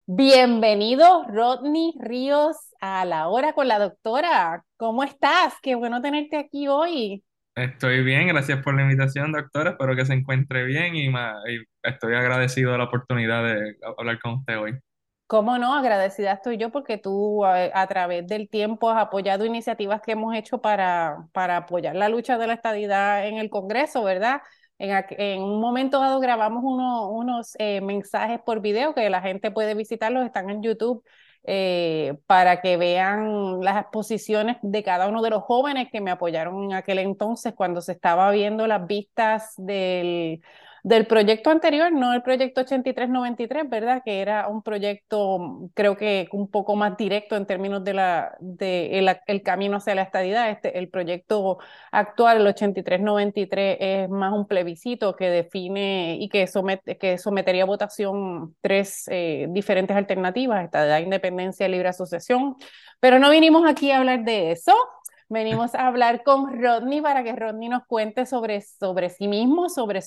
Bienvenido, Rodney Ríos, a la hora con la doctora. ¿Cómo estás? Qué bueno tenerte aquí hoy. Estoy bien, gracias por la invitación, doctora. Espero que se encuentre bien y estoy agradecido de la oportunidad de hablar con usted hoy. Cómo no, agradecida estoy yo porque tú a través del tiempo has apoyado iniciativas que hemos hecho para apoyar la lucha de la estadidad en el Congreso, ¿verdad? En un momento dado grabamos unos mensajes por video que la gente puede visitarlos, están en YouTube, para que vean las exposiciones de cada uno de los jóvenes que me apoyaron en aquel entonces cuando se estaba viendo las vistas del proyecto anterior, no el proyecto 8393, ¿verdad? Que era un proyecto, creo que un poco más directo en términos el camino hacia la estadidad. El proyecto actual, el 8393, es más un plebiscito que define y que sometería a votación tres diferentes alternativas: estadidad, independencia, libre asociación. Pero no vinimos aquí a hablar de eso. Venimos a hablar con Rodney para que Rodney nos cuente sobre sí mismo, sobre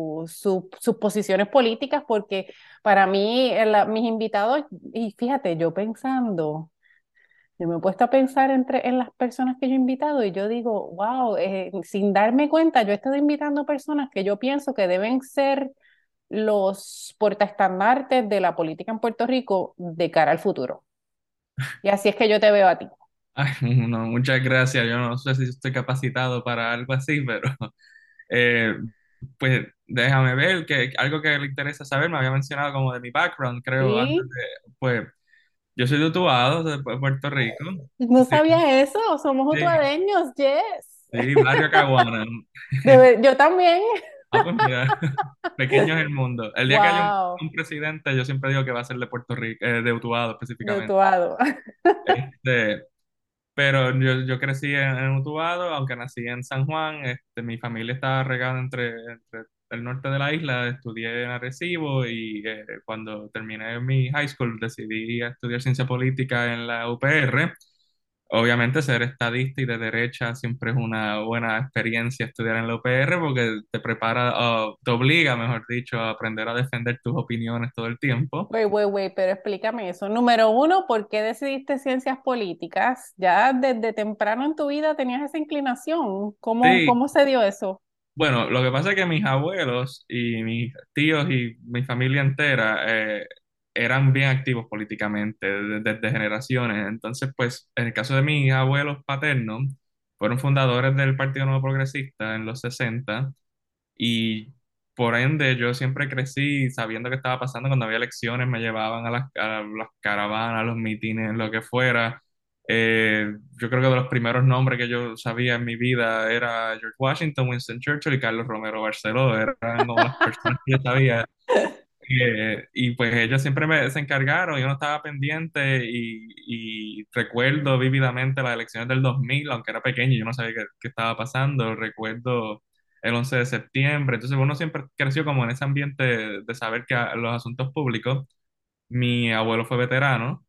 sus posiciones políticas, porque para mí, mis invitados, y fíjate, yo me he puesto a pensar en las personas que yo he invitado y yo digo, wow, sin darme cuenta, yo he estado invitando personas que yo pienso que deben ser los portaestandartes de la política en Puerto Rico de cara al futuro. Y así es que yo te veo a ti. Ay, no, muchas gracias. Yo no sé si estoy capacitado para algo así, pero eh, pues déjame ver que algo que le interesa saber. Me había mencionado como de mi background, creo, antes ¿Sí? de, pues yo soy de Utuado, de Puerto Rico. ¿No Sí, sabías eso? Somos sí, utuadeños, yes. sí, barrio Caguana. Yo también. Pues mira, pequeño es el mundo. El día que haya Wow, un presidente, yo siempre digo que va a ser de Puerto Rico, de Utuado de específicamente. Utuado. Este, pero yo crecí en Utuado, aunque nací en San Juan. Mi familia estaba regada entre el norte de la isla. Estudié en Arecibo y cuando terminé mi high school decidí estudiar ciencia política en la UPR. Obviamente ser estadista y de derecha siempre es una buena experiencia estudiar en la UPR porque te prepara, o te obliga, mejor dicho, a aprender a defender tus opiniones todo el tiempo. Wait, pero explícame eso. Número uno, ¿por qué decidiste ciencias políticas? Ya desde temprano en tu vida tenías esa inclinación. Sí, ¿Cómo se dio eso? bueno, lo que pasa es que mis abuelos y mis tíos y mi familia entera eran bien activos políticamente desde generaciones. Entonces, pues, en el caso de mis abuelos paternos, fueron fundadores del Partido Nuevo Progresista en los 60 y por ende yo siempre crecí sabiendo qué estaba pasando cuando había elecciones, me llevaban a las caravanas, a los mitines, lo que fuera. Yo creo que de los primeros nombres que yo sabía en mi vida era George Washington, Winston Churchill y Carlos Romero Barceló, eran como las personas que yo sabía. Y pues ellos siempre se encargaron, yo no estaba pendiente y recuerdo vívidamente las elecciones del 2000, aunque era pequeño, yo no sabía qué estaba pasando, recuerdo el 11 de septiembre, entonces uno siempre creció como en ese ambiente de saber que los asuntos públicos. Mi abuelo fue veterano,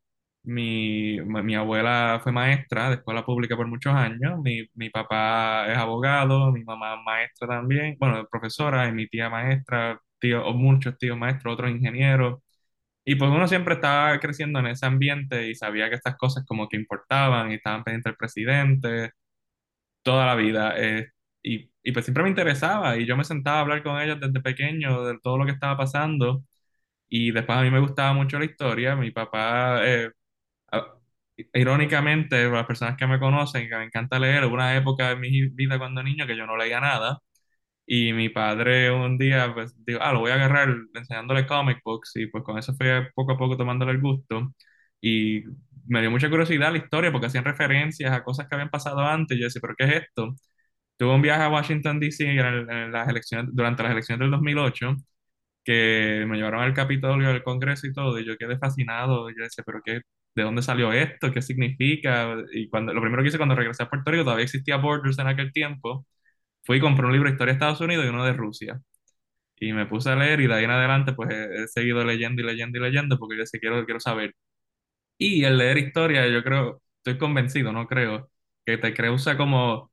mi abuela fue maestra de escuela pública por muchos años, mi papá es abogado, mi mamá maestra también, bueno, profesora, y mi tía maestra, tío, o muchos tíos maestros, otros ingenieros. Y pues uno siempre estaba creciendo en ese ambiente y sabía que estas cosas como que importaban y estaban pendientes del presidente toda la vida. Y pues siempre me interesaba y yo me sentaba a hablar con ellos desde pequeño de todo lo que estaba pasando. Y después a mí me gustaba mucho la historia. Mi papá, a- irónicamente, las personas que me conocen, que me encanta leer, hubo una época en mi vida cuando niño que yo no leía nada. Y mi padre un día, pues, dijo, lo voy a agarrar enseñándole comic books. Y pues con eso fue poco a poco tomándole el gusto. Y me dio mucha curiosidad la historia porque hacían referencias a cosas que habían pasado antes. Y yo decía, ¿pero qué es esto? Tuve un viaje a Washington, D.C. En las elecciones, durante las elecciones del 2008 que me llevaron al Capitolio, al Congreso y todo, y yo quedé fascinado. Yo decía, ¿pero qué? ¿De dónde salió esto? ¿Qué significa? Y lo primero que hice cuando regresé a Puerto Rico, todavía existía Borders en aquel tiempo, fui y compré un libro de historia de Estados Unidos y uno de Rusia. Y me puse a leer y de ahí en adelante pues he seguido leyendo y leyendo y leyendo porque yo decía, quiero saber. Y el leer historia, yo creo, estoy convencido, no creo, que te causa como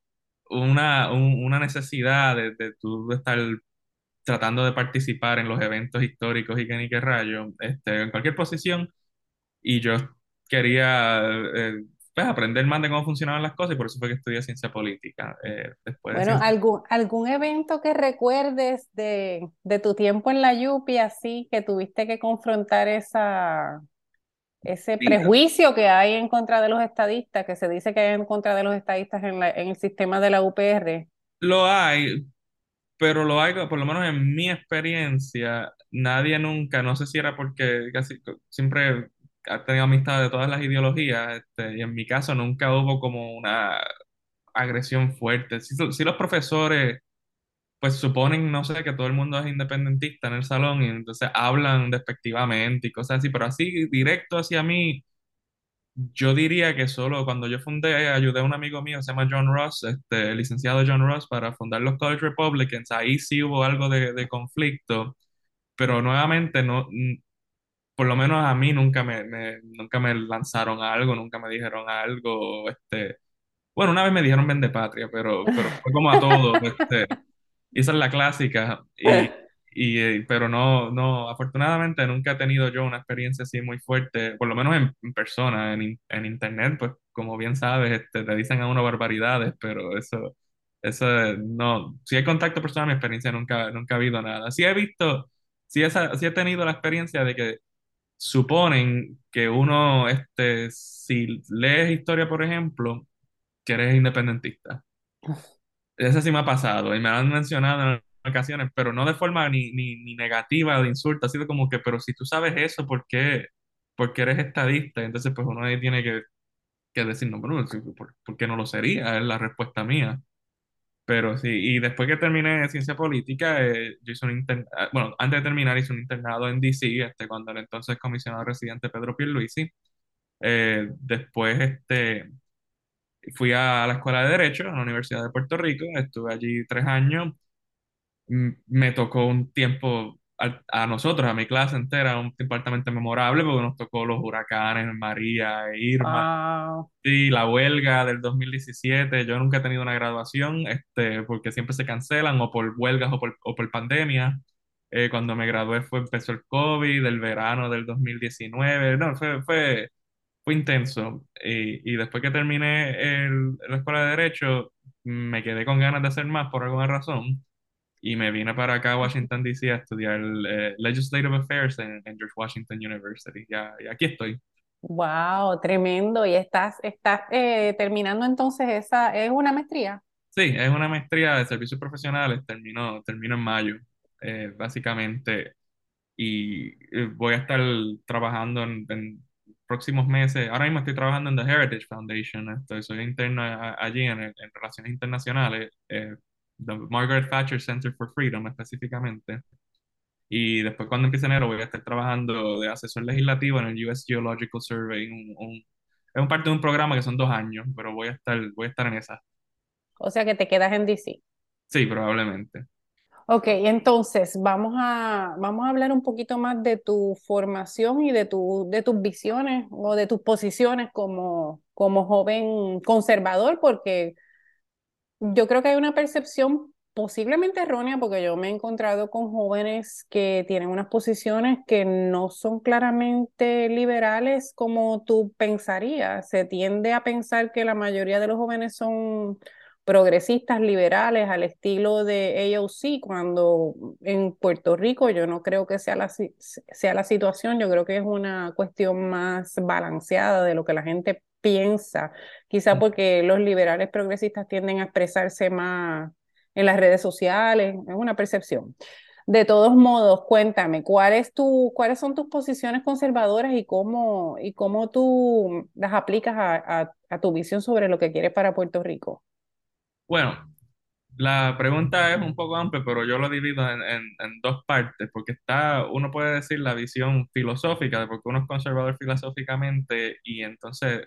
una necesidad de tú estar tratando de participar en los eventos históricos y que ni qué rayo, en cualquier posición, y yo quería pues, aprender más de cómo funcionaban las cosas y por eso fue que estudié ciencia política. Después de Bueno, ciencia... algún evento que recuerdes de tu tiempo en la Yupi, así que tuviste que confrontar ese prejuicio que hay en contra de los estadistas, que se dice que hay en contra de los estadistas en el sistema de la UPR. Lo hay, pero lo hay, por lo menos en mi experiencia, nadie nunca, no sé si era porque casi siempre he tenido amistad de todas las ideologías, y en mi caso nunca hubo como una agresión fuerte. Sí los profesores, pues suponen, no sé, que todo el mundo es independentista en el salón y entonces hablan despectivamente y cosas así, pero así directo hacia mí. Yo diría que solo cuando yo fundé, ayudé a un amigo mío, se llama John Ross, el licenciado John Ross, para fundar los College Republicans. Ahí sí hubo algo de conflicto, pero nuevamente no, por lo menos a mí nunca me lanzaron algo, nunca me dijeron algo. Bueno, una vez me dijeron vende patria, pero fue como a todos. Esa es la clásica, pero no, afortunadamente nunca he tenido yo una experiencia así muy fuerte, por lo menos en persona, en internet, pues como bien sabes, te dicen a uno barbaridades, pero eso no, si hay contacto personal, mi experiencia nunca ha habido nada. Sí he visto, sí he tenido la experiencia de que suponen que uno, si lees historia, por ejemplo, que eres independentista. Ese sí me ha pasado y me lo han mencionado en ocasiones, pero no de forma ni negativa o de insulto, ha sido como que, pero si tú sabes eso, por qué eres estadista? Entonces, pues uno ahí tiene que decir, no, bueno, sí, ¿por qué no lo sería? Es la respuesta mía. Pero sí, y después que terminé ciencia política, yo hice bueno, antes de terminar hice un internado en DC, cuando el entonces comisionado residente Pedro Pierluisi. Después, fui a la Escuela de Derecho en la Universidad de Puerto Rico, estuve allí 3 años. Me tocó un tiempo a nosotros, a mi clase entera, un tiempo altamente memorable porque nos tocó los huracanes, María, Irma, Ah, y la huelga del 2017. Yo nunca he tenido una graduación, porque siempre se cancelan o por huelgas o por pandemia. Cuando me gradué empezó el COVID, el verano del 2019. No, fue intenso. Y después que terminé la escuela de Derecho, me quedé con ganas de hacer más por alguna razón y me vine para acá a Washington, D.C. a estudiar Legislative Affairs en George Washington University. Y aquí estoy. wow, tremendo. Y estás terminando entonces es una maestría. Sí, es una maestría de servicios profesionales, termino en mayo, básicamente, y voy a estar trabajando en próximos meses. Ahora mismo estoy trabajando en The Heritage Foundation, soy interno allí en Relaciones Internacionales, The Margaret Thatcher Center for Freedom específicamente. Y después cuando empiece enero voy a estar trabajando de asesor legislativo en el US Geological Survey, es un parte de un programa que son 2 años, pero voy a estar en esa. O sea que te quedas en DC. Sí, probablemente. Ok, entonces vamos a hablar un poquito más de tu formación y de tus visiones o de tus posiciones como joven conservador, porque yo creo que hay una percepción posiblemente errónea, porque yo me he encontrado con jóvenes que tienen unas posiciones que no son claramente liberales como tú pensarías. Se tiende a pensar que la mayoría de los jóvenes son progresistas liberales al estilo de AOC, cuando en Puerto Rico yo no creo que sea la situación, yo creo que es una cuestión más balanceada de lo que la gente piensa, quizá porque los liberales progresistas tienden a expresarse más en las redes sociales, es una percepción. De todos modos, cuéntame, ¿cuáles son tus posiciones conservadoras y cómo tú las aplicas a tu visión sobre lo que quieres para Puerto Rico? Bueno, la pregunta es un poco amplia, pero yo lo divido en dos partes, porque uno puede decir la visión filosófica de por qué uno es conservador filosóficamente, y entonces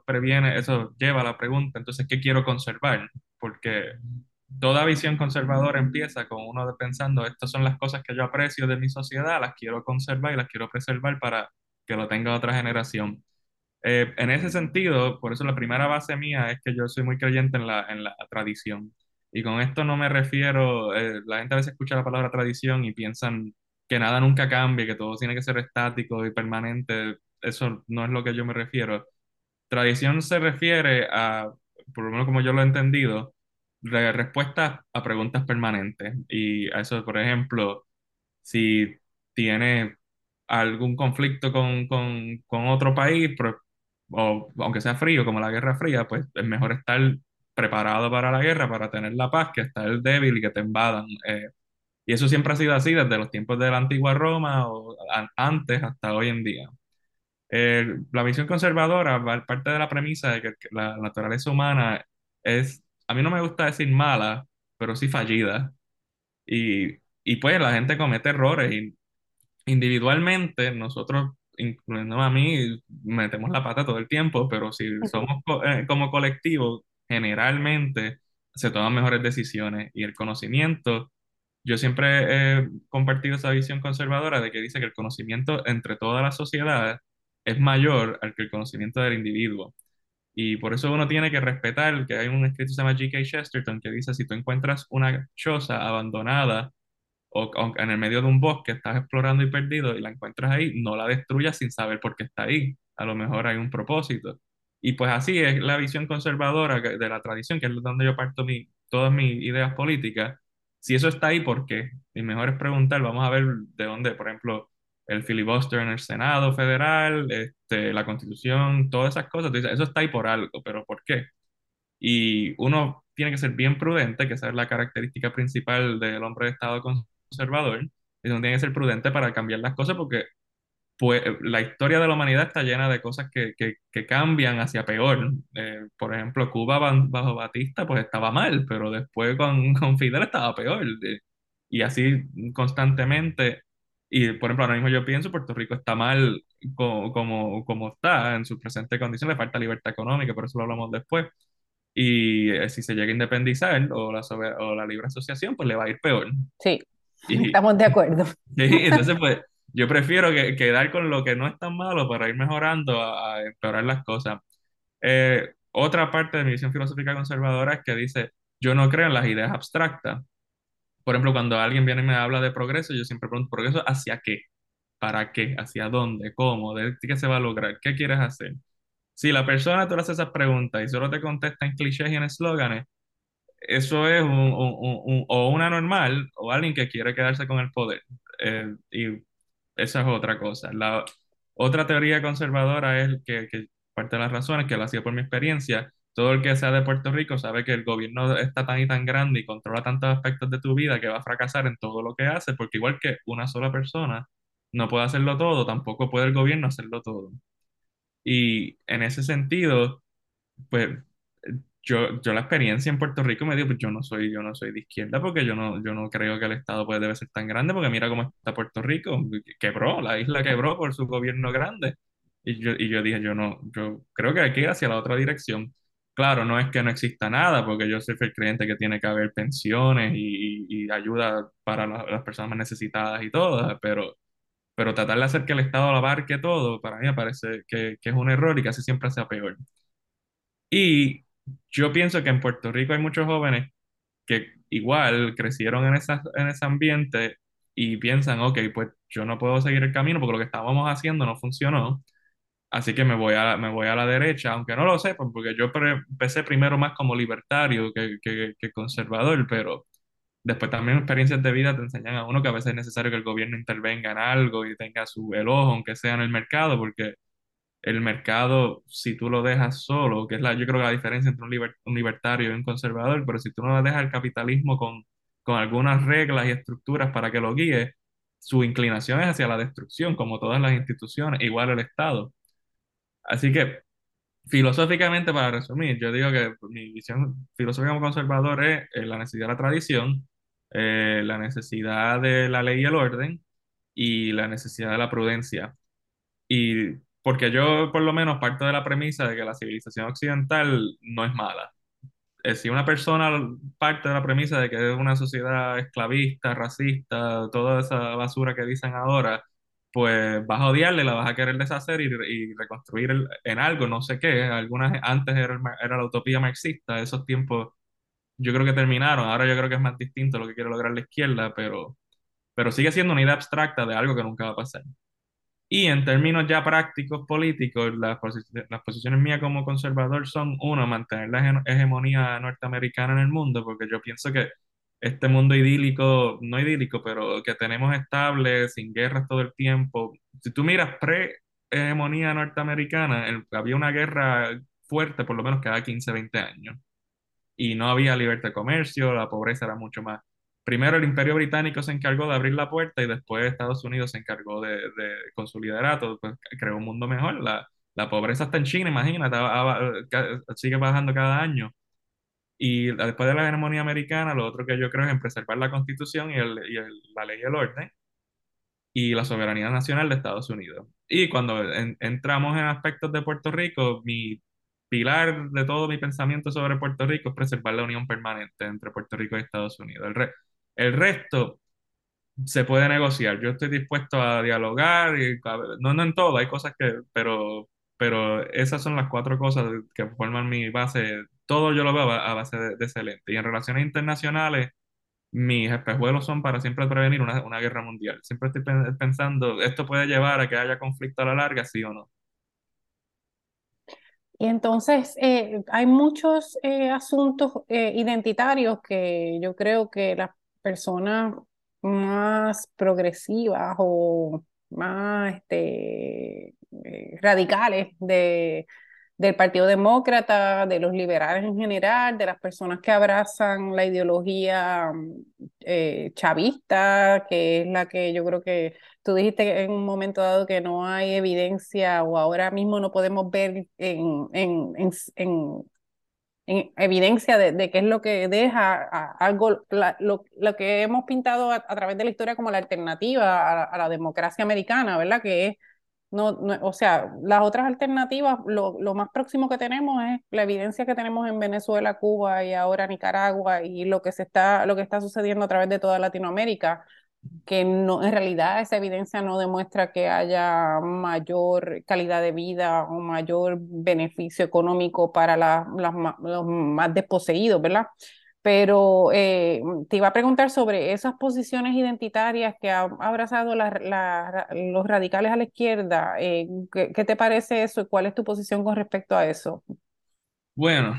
eso lleva a la pregunta, entonces, ¿qué quiero conservar? Porque toda visión conservadora empieza con uno pensando, estas son las cosas que yo aprecio de mi sociedad, las quiero conservar y las quiero preservar para que lo tenga otra generación. En ese sentido, por eso la primera base mía es que yo soy muy creyente en la tradición. Y con esto no me refiero, la gente a veces escucha la palabra tradición y piensan que nada nunca cambia, que todo tiene que ser estático y permanente. eso no es lo que yo me refiero. Tradición se refiere a, por lo menos como yo lo he entendido, respuestas a preguntas permanentes. Y a eso, por ejemplo, si tiene algún conflicto con otro país, o aunque sea frío, como la Guerra Fría, pues es mejor estar preparado para la guerra, para tener la paz, que estar débil y que te invadan. Y eso siempre ha sido así desde los tiempos de la antigua Roma o antes hasta hoy en día. La visión conservadora parte de la premisa de que la naturaleza humana es, a mí no me gusta decir mala, pero sí fallida. Y pues la gente comete errores y individualmente nosotros, incluyendo a mí, metemos la pata todo el tiempo, pero si Ujú. somos como colectivo, generalmente se toman mejores decisiones y el conocimiento. Yo siempre he compartido esa visión conservadora de que dice que el conocimiento entre todas las sociedades es mayor al que el conocimiento del individuo. Y por eso uno tiene que respetar que hay un escrito que se llama G.K. Chesterton que dice, si tú encuentras una choza abandonada o en el medio de un bosque, estás explorando y perdido y la encuentras ahí, no la destruyas sin saber por qué está ahí. A lo mejor hay un propósito. Y pues así es la visión conservadora de la tradición, que es donde yo parto todas mis ideas políticas. Si eso está ahí, ¿por qué? Y mejor es preguntar, vamos a ver de dónde, por ejemplo, el filibuster en el Senado federal, la Constitución, todas esas cosas. Tú dices, eso está ahí por algo, pero ¿por qué? Y uno tiene que ser bien prudente, que esa es la característica principal del hombre de Estado conservador, y uno tiene que ser prudente para cambiar las cosas porque pues, la historia de la humanidad está llena de cosas que cambian hacia peor. Por ejemplo, Cuba bajo Batista pues estaba mal, pero después con Fidel estaba peor. Y así constantemente. Y por ejemplo, ahora mismo yo pienso Puerto Rico está mal como está en su presente condición, le falta libertad económica, por eso lo hablamos después. Y si se llega a independizar o la libre asociación, pues le va a ir peor. Sí, Y, estamos de acuerdo. sí, entonces, pues yo prefiero quedar con lo que no es tan malo para ir mejorando a empeorar las cosas. Otra parte de mi visión filosófica conservadora es que dice, yo no creo en las ideas abstractas. Por ejemplo, cuando alguien viene y me habla de progreso, yo siempre pregunto, ¿progreso hacia qué? ¿Para qué? ¿Hacia dónde? ¿Cómo? ¿De qué se va a lograr? ¿Qué quieres hacer? Si la persona tú le haces esas preguntas y solo te contesta en clichés y en eslóganes, eso es o una normal o alguien que quiere quedarse con el poder. Y esa es otra cosa. La otra teoría conservadora es que parte de las razones, que lo hacía por mi experiencia, todo el que sea de Puerto Rico sabe que el gobierno está tan y tan grande y controla tantos aspectos de tu vida que va a fracasar en todo lo que hace, porque igual que una sola persona no puede hacerlo todo, tampoco puede el gobierno hacerlo todo. Y en ese sentido pues yo la experiencia en Puerto Rico me digo, pues yo no soy de izquierda porque yo no creo que el Estado debe ser tan grande porque mira cómo está Puerto Rico, quebró, la isla quebró por su gobierno grande. Y yo dije, yo creo que hay que ir hacia la otra dirección. Claro, no es que no exista nada, porque yo soy fiel creyente que tiene que haber pensiones y ayuda para las personas más necesitadas y todas, pero tratar de hacer que el Estado lo abarque todo, para mí me parece que es un error y casi siempre sea peor. Y yo pienso que en Puerto Rico hay muchos jóvenes que igual crecieron en ese ambiente y piensan, ok, pues yo no puedo seguir el camino porque lo que estábamos haciendo no funcionó, así que me voy a la derecha, aunque no lo sepan, porque yo empecé primero más como libertario que conservador, pero después también experiencias de vida te enseñan a uno que a veces es necesario que el gobierno intervenga en algo y tenga el ojo, aunque sea en el mercado, porque el mercado, si tú lo dejas solo, que es yo creo que la diferencia entre un libertario y un conservador, pero si tú no dejas el capitalismo con algunas reglas y estructuras para que lo guíe, su inclinación es hacia la destrucción, como todas las instituciones, igual el Estado. Así que, filosóficamente, para resumir, yo digo que mi visión filosófica como conservador es la necesidad de la tradición, la necesidad de la ley y el orden y la necesidad de la prudencia. Y porque yo por lo menos parto de la premisa de que la civilización occidental no es mala. Si una persona parte de la premisa de que es una sociedad esclavista, racista, toda esa basura que dicen ahora, pues vas a odiarle, la vas a querer deshacer y reconstruir en algo, no sé qué. Antes era la utopía marxista, esos tiempos yo creo que terminaron. Ahora yo creo que es más distinto lo que quiere lograr la izquierda, pero sigue siendo una idea abstracta de algo que nunca va a pasar. Y en términos ya prácticos políticos, las posiciones mías como conservador son, uno, mantener la hegemonía norteamericana en el mundo, porque yo pienso que este mundo idílico, no idílico, pero que tenemos estable, sin guerras todo el tiempo. Si tú miras pre-hegemonía norteamericana, había una guerra fuerte por lo menos cada 15 20 años y no había libertad de comercio, la pobreza era mucho más. Primero el Imperio Británico se encargó de abrir la puerta y después Estados Unidos se encargó con su liderato, pues creó un mundo mejor. La pobreza está en China, imagínate, sigue bajando cada año. Y después de la hegemonía americana, lo otro que yo creo es en preservar la Constitución la ley y el orden y la soberanía nacional de Estados Unidos. Y cuando entramos en aspectos de Puerto Rico, mi pilar de todo mi pensamiento sobre Puerto Rico es preservar la unión permanente entre Puerto Rico y Estados Unidos. El resto se puede negociar. Yo estoy dispuesto a dialogar, no, no en todo, hay cosas pero esas son las cuatro cosas que forman mi base. Todo yo lo veo a base de excelente. Y en relaciones internacionales, mis espejuelos son para siempre prevenir una guerra mundial. Siempre estoy pensando, ¿esto puede llevar a que haya conflicto a la larga, sí o no? Y entonces hay muchos asuntos identitarios que yo creo que las personas más progresivas o más radicales del Partido Demócrata, de los liberales en general, de las personas que abrazan la ideología chavista, que es la que yo creo que tú dijiste en un momento dado que no hay evidencia o ahora mismo no podemos ver en evidencia de qué es lo que deja algo, lo que hemos pintado a través de la historia como la alternativa a la democracia americana, ¿verdad? Que es, o sea, las otras alternativas, lo más próximo que tenemos es la evidencia que tenemos en Venezuela, Cuba y ahora Nicaragua y lo que está sucediendo a través de toda Latinoamérica que no, en realidad esa evidencia no demuestra que haya mayor calidad de vida o mayor beneficio económico para los más desposeídos, ¿verdad? Pero te iba a preguntar sobre esas posiciones identitarias que han abrazado los radicales a la izquierda. ¿Qué te parece eso y cuál es tu posición con respecto a eso? Bueno,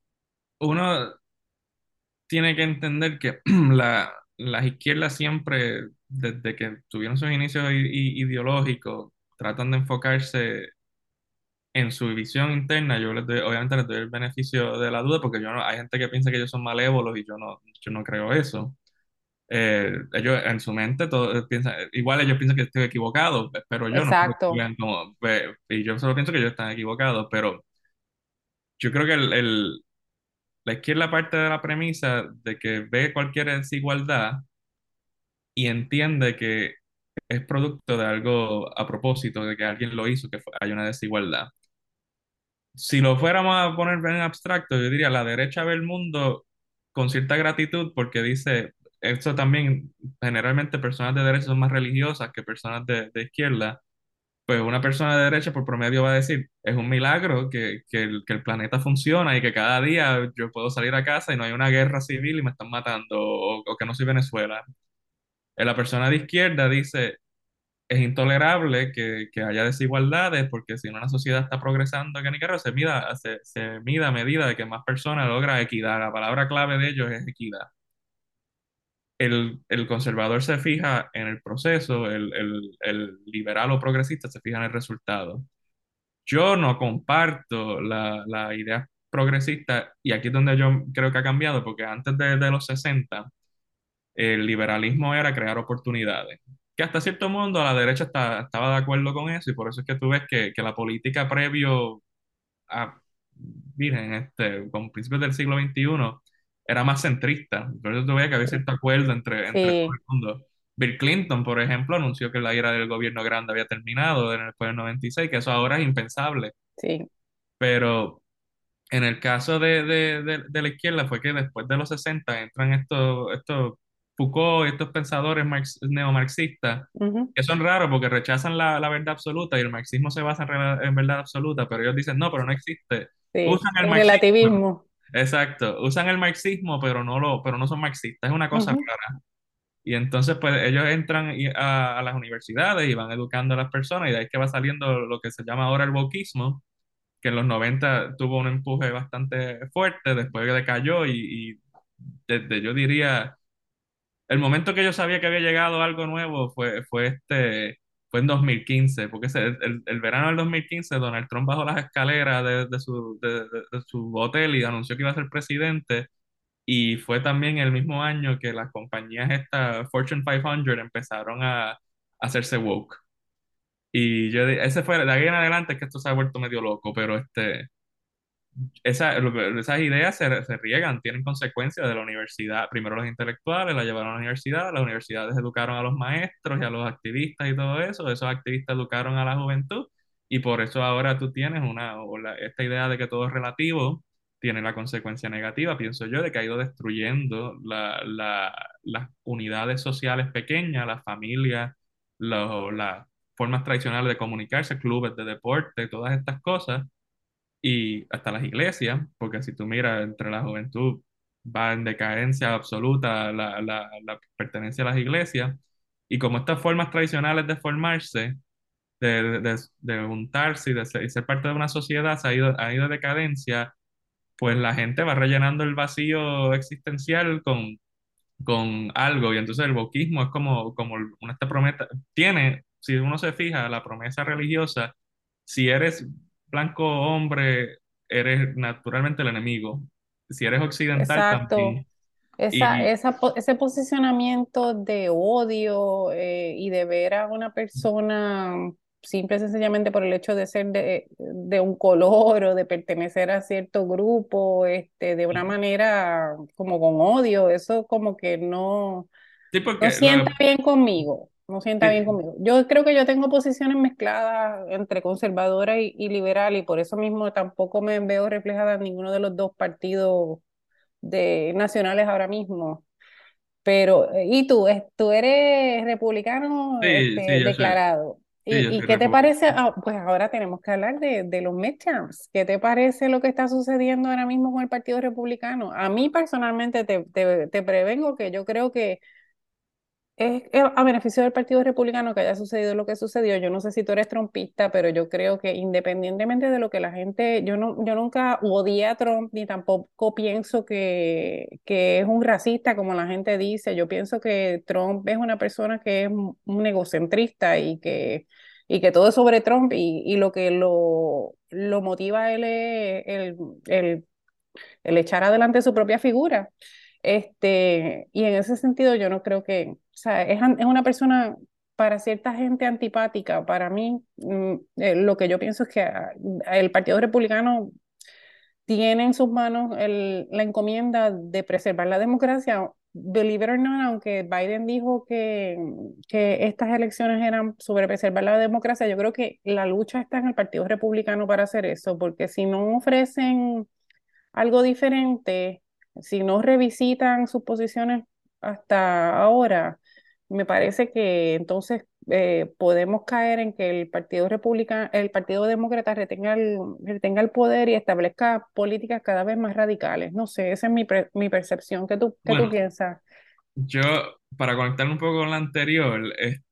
uno tiene que entender que las izquierdas siempre, desde que tuvieron sus inicios ideológicos, tratan de enfocarse en su visión interna. Obviamente les doy el beneficio de la duda porque hay gente que piensa que ellos son malévolos y yo no creo eso. Ellos en su mente piensan, igual ellos piensan que estoy equivocado, pero yo no creo que Exacto. vean y yo solo pienso que ellos están equivocados, pero yo creo que la izquierda parte de la premisa de que ve cualquier desigualdad y entiende que es producto de algo a propósito, de que alguien lo hizo, hay una desigualdad. Si lo fuéramos a poner en abstracto, yo diría la derecha ve el mundo con cierta gratitud porque dice, esto también, generalmente personas de derecha son más religiosas que personas de izquierda, pues una persona de derecha por promedio va a decir, es un milagro que el planeta funciona y que cada día yo puedo salir a casa y no hay una guerra civil y me están matando o que no soy Venezuela. La persona de izquierda dice, es intolerable que haya desigualdades porque si una sociedad está progresando que ni carro, se mida a medida de que más personas logran equidad. La palabra clave de ellos es equidad. El conservador se fija en el proceso, el liberal o progresista se fija en el resultado. Yo no comparto la idea progresista y aquí es donde yo creo que ha cambiado porque antes de los 60 el liberalismo era crear oportunidades. Que hasta cierto modo la derecha estaba de acuerdo con eso y por eso es que tú ves que la política previo a, miren, con principios del siglo XXI era más centrista. Por eso tú ves que había cierto acuerdo entre todo Sí, el mundo. Bill Clinton, por ejemplo, anunció que la era del gobierno grande había terminado después del 96, que eso ahora es impensable. sí. Pero en el caso de la izquierda fue que después de los 60 entran estos Foucault y estos pensadores neomarxistas, Ujú. que son raros porque rechazan la verdad absoluta y el marxismo se basa en verdad absoluta, pero ellos dicen, no, pero no existe. Sí, Usan el el marxismo, relativismo. exacto, usan el marxismo, pero no son marxistas, es una cosa Ujú. rara. Y entonces, pues ellos entran a las universidades y van educando a las personas y de ahí es que va saliendo lo que se llama ahora el wokismo, que en los 90 tuvo un empuje bastante fuerte, después decayó y desde, yo diría, el momento que yo sabía que había llegado algo nuevo fue en 2015, porque el verano del 2015 Donald Trump bajó las escaleras de su hotel y anunció que iba a ser presidente. Y fue también el mismo año que las compañías esta Fortune 500 empezaron a hacerse woke. Ese fue de ahí en adelante es que esto se ha vuelto medio loco, pero esas ideas se riegan, tienen consecuencias de la universidad. Primero los intelectuales la llevaron a la universidad, las universidades educaron a los maestros y a los activistas y todo eso, esos activistas educaron a la juventud y por eso ahora tú tienes esta idea de que todo es relativo, tiene la consecuencia negativa, pienso yo, de que ha ido destruyendo las unidades sociales pequeñas, las familias, las formas tradicionales de comunicarse, clubes de deporte, todas estas cosas y hasta las iglesias, porque si tú miras entre la juventud va en decadencia absoluta la pertenencia a las iglesias, y como estas formas tradicionales de formarse, de juntarse y ser parte de una sociedad ha ido en decadencia, pues la gente va rellenando el vacío existencial con algo, y entonces el wokismo es como esta promesa, tiene, si uno se fija, la promesa religiosa, si eres blanco hombre, eres naturalmente el enemigo, si eres occidental Exacto. también, y Ese posicionamiento de odio y de ver a una persona simple y sencillamente por el hecho de ser de un color o de pertenecer a cierto grupo, de una manera como con odio, eso como que sí, no porque sienta bien conmigo, no sienta bien sí, conmigo. Yo creo que yo tengo posiciones mezcladas entre conservadora y liberal y por eso mismo tampoco me veo reflejada en ninguno de los dos partidos de nacionales ahora mismo. Pero, ¿y tú? ¿Tú eres republicano sí, declarado? sí, yo Y soy qué te parece? republicano. Pues ahora tenemos que hablar de los midterms. ¿Qué te parece lo que está sucediendo ahora mismo con el Partido Republicano? A mí personalmente te prevengo que yo creo que es a beneficio del Partido Republicano que haya sucedido lo que sucedió. Yo no sé si tú eres trumpista, pero yo creo que independientemente de lo que la gente, yo nunca odié a Trump ni tampoco pienso que es un racista como la gente dice. Yo pienso que Trump es una persona que es un egocentrista y que todo es sobre Trump y lo que lo motiva a él es el el echar adelante su propia figura. Y en ese sentido yo no creo que, o sea, es una persona para cierta gente antipática. Para mí, lo que yo pienso es que el Partido Republicano tiene en sus manos la encomienda de preservar la democracia. Believe it or not, aunque Biden dijo que estas elecciones eran sobre preservar la democracia, yo creo que la lucha está en el Partido Republicano para hacer eso, porque si no ofrecen algo diferente, si no revisitan sus posiciones hasta ahora, me parece que entonces podemos caer en que el Partido Republicano, el Partido Demócrata retenga el poder y establezca políticas cada vez más radicales. No sé, esa es mi percepción. Qué tú Bueno, piensas? yo, para conectar un poco con la anterior,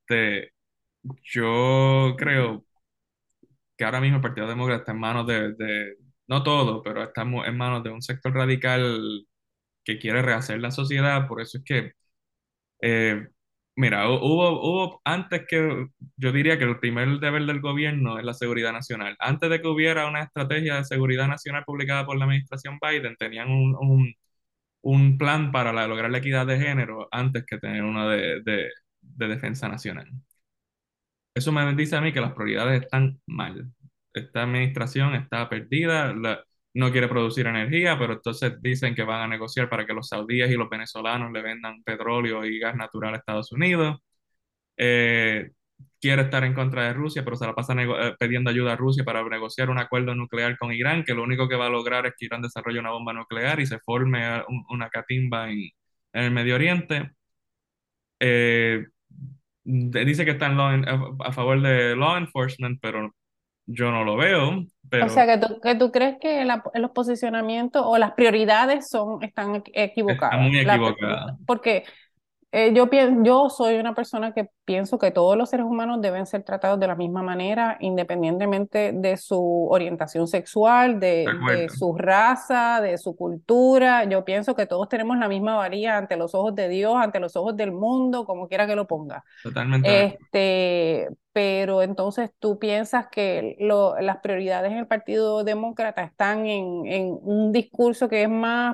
yo creo que ahora mismo el Partido Demócrata está en manos no todo, pero está en manos de un sector radical que quiere rehacer la sociedad. Por eso es que, eh, mira, antes que, yo diría que el primer deber del gobierno es la seguridad nacional. Antes de que hubiera una estrategia de seguridad nacional publicada por la administración Biden, tenían un plan para lograr la equidad de género antes que tener una de defensa nacional. Eso me dice a mí que las prioridades están mal. Esta administración está perdida, no quiere producir energía, pero entonces dicen que van a negociar para que los saudíes y los venezolanos le vendan petróleo y gas natural a Estados Unidos. Eh, quiere estar en contra de Rusia, pero se la pasa pidiendo ayuda a Rusia para negociar un acuerdo nuclear con Irán, que lo único que va a lograr es que Irán desarrolle una bomba nuclear y se forme una catimba en el Medio Oriente. Eh, dice que está a favor de law enforcement, pero yo no lo veo, O sea, pero que tú crees que los posicionamientos o las prioridades están está equivocadas. muy equivocada. Porque Yo soy una persona que pienso que todos los seres humanos deben ser tratados de la misma manera, independientemente de su orientación sexual, De de acuerdo, su raza, de su cultura. Yo pienso que todos tenemos la misma valía ante los ojos de Dios, ante los ojos del mundo, como quiera que lo ponga. totalmente de acuerdo. Pero entonces tú piensas que las prioridades en el Partido Demócrata están en un discurso que es más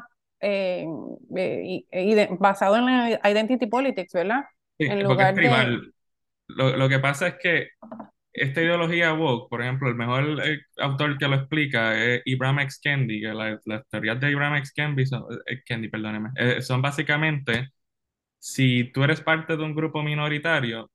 basado en la identity politics, ¿verdad? Sí, En porque es lugar de, tribal. Lo que pasa es que esta ideología woke, por ejemplo, el mejor autor que lo explica es Ibram X. Kendi, que las teorías de Ibram X. Kendi son, Kendi, perdóneme, son básicamente, si tú eres parte de un grupo minoritario,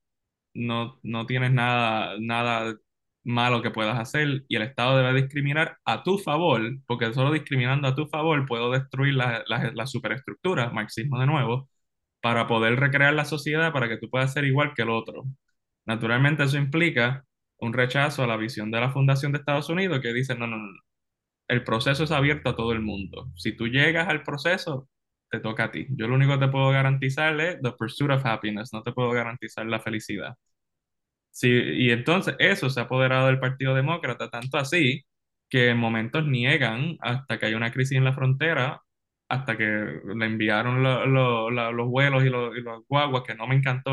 no tienes nada malo que puedas hacer y el Estado debe discriminar a tu favor, porque solo discriminando a tu favor puedo destruir la superestructura, marxismo de nuevo, para poder recrear la sociedad para que tú puedas ser igual que el otro. Naturalmente eso implica un rechazo a la visión de la Fundación de Estados Unidos que dice, no, el proceso es abierto a todo el mundo. Si tú llegas al proceso, te toca a ti. Yo lo único que te puedo garantizar es the pursuit of happiness, no te puedo garantizar la felicidad. Sí, y entonces eso se ha apoderado del Partido Demócrata, tanto así que en momentos niegan hasta que hay una crisis en la frontera, hasta que le enviaron los vuelos y los guaguas, que no me encantó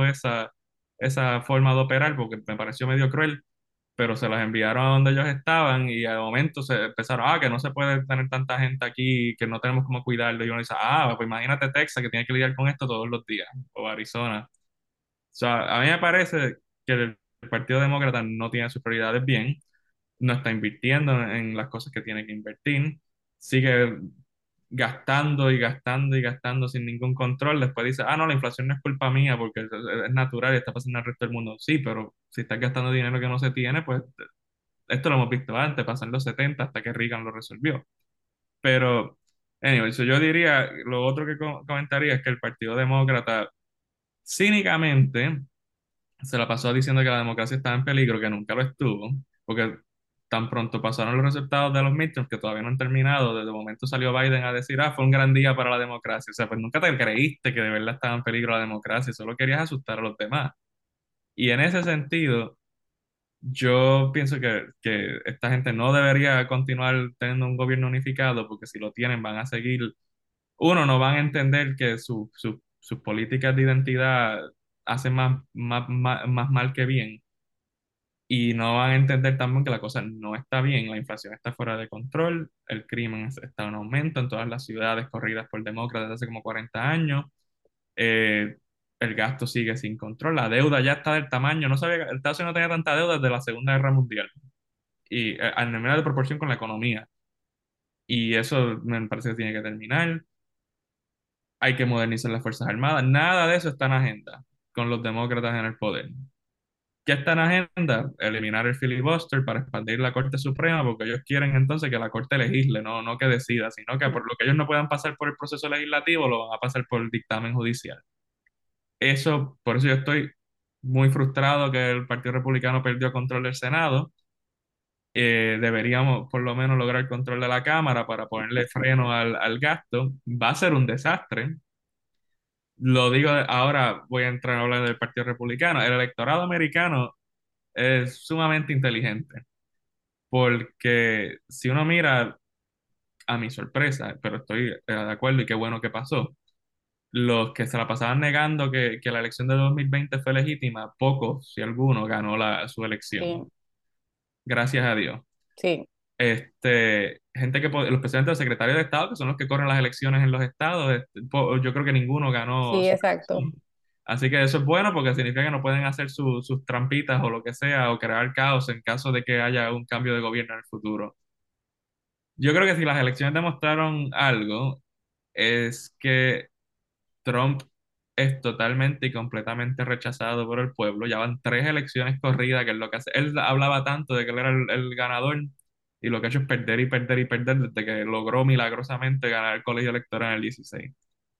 esa forma de operar porque me pareció medio cruel, pero se las enviaron a donde ellos estaban y al momento se empezaron, que no se puede tener tanta gente aquí, que no tenemos cómo cuidarlo. Y uno dice, pues imagínate Texas que tiene que lidiar con esto todos los días, o Arizona. O sea, a mí me parece que el Partido Demócrata no tiene sus prioridades bien, no está invirtiendo en las cosas que tiene que invertir, sigue gastando y gastando y gastando sin ningún control. Después dice, no, la inflación no es culpa mía porque es natural y está pasando en el resto del mundo. Sí, pero si estás gastando dinero que no se tiene, pues esto lo hemos visto antes, pasó en los 70 hasta que Reagan lo resolvió. Pero, anyway, so yo diría, lo otro que comentaría es que el Partido Demócrata cínicamente se la pasó diciendo que la democracia estaba en peligro, que nunca lo estuvo, porque tan pronto pasaron los resultados de los midterms que todavía no han terminado, desde momento salió Biden a decir, fue un gran día para la democracia. O sea, pues nunca te creíste que de verdad estaba en peligro la democracia, solo querías asustar a los demás. Y en ese sentido, yo pienso que esta gente no debería continuar teniendo un gobierno unificado, porque si lo tienen van a seguir, uno, no van a entender que sus políticas de identidad hacen más mal que bien y no van a entender también que la cosa no está bien, la inflación está fuera de control, el crimen está en aumento en todas las ciudades corridas por demócratas desde hace como 40 años, eh, el gasto sigue sin control, la deuda ya está del tamaño, no sabía, el Estados Unidos no tenía tanta deuda desde la Segunda Guerra Mundial y al nivel de proporción con la economía. Y eso me parece que tiene que terminar. Hay que modernizar las Fuerzas Armadas. Nada de eso está en agenda con los demócratas en el poder. ¿Qué está en agenda? Eliminar el filibuster para expandir la Corte Suprema, porque ellos quieren entonces que la Corte legisle, no que decida, sino que por lo que ellos no puedan pasar por el proceso legislativo, lo van a pasar por el dictamen judicial. Eso, por eso yo estoy muy frustrado que el Partido Republicano perdió control del Senado. Deberíamos por lo menos lograr control de la Cámara para ponerle freno al gasto. Va a ser un desastre. Lo digo ahora, voy a entrar a hablar del Partido Republicano. El electorado americano es sumamente inteligente, porque si uno mira, a mi sorpresa, pero estoy de acuerdo y qué bueno que pasó, los que se la pasaban negando que la elección de 2020 fue legítima, pocos, si alguno, ganó su elección. sí, Gracias a Dios. sí, Gente los presidentes, los secretarios de Estado, que son los que corren las elecciones en los estados, yo creo que ninguno ganó sí, su exacto. elección. Así que eso es bueno porque significa que no pueden hacer sus trampitas o lo que sea, o crear caos en caso de que haya un cambio de gobierno en el futuro. Yo creo que si las elecciones demostraron algo, es que Trump es totalmente y completamente rechazado por el pueblo. Ya van 3 elecciones corridas, que es lo que hace. Él hablaba tanto de que él era el ganador y lo que ha hecho es perder y perder y perder desde que logró milagrosamente ganar el colegio electoral en el 16.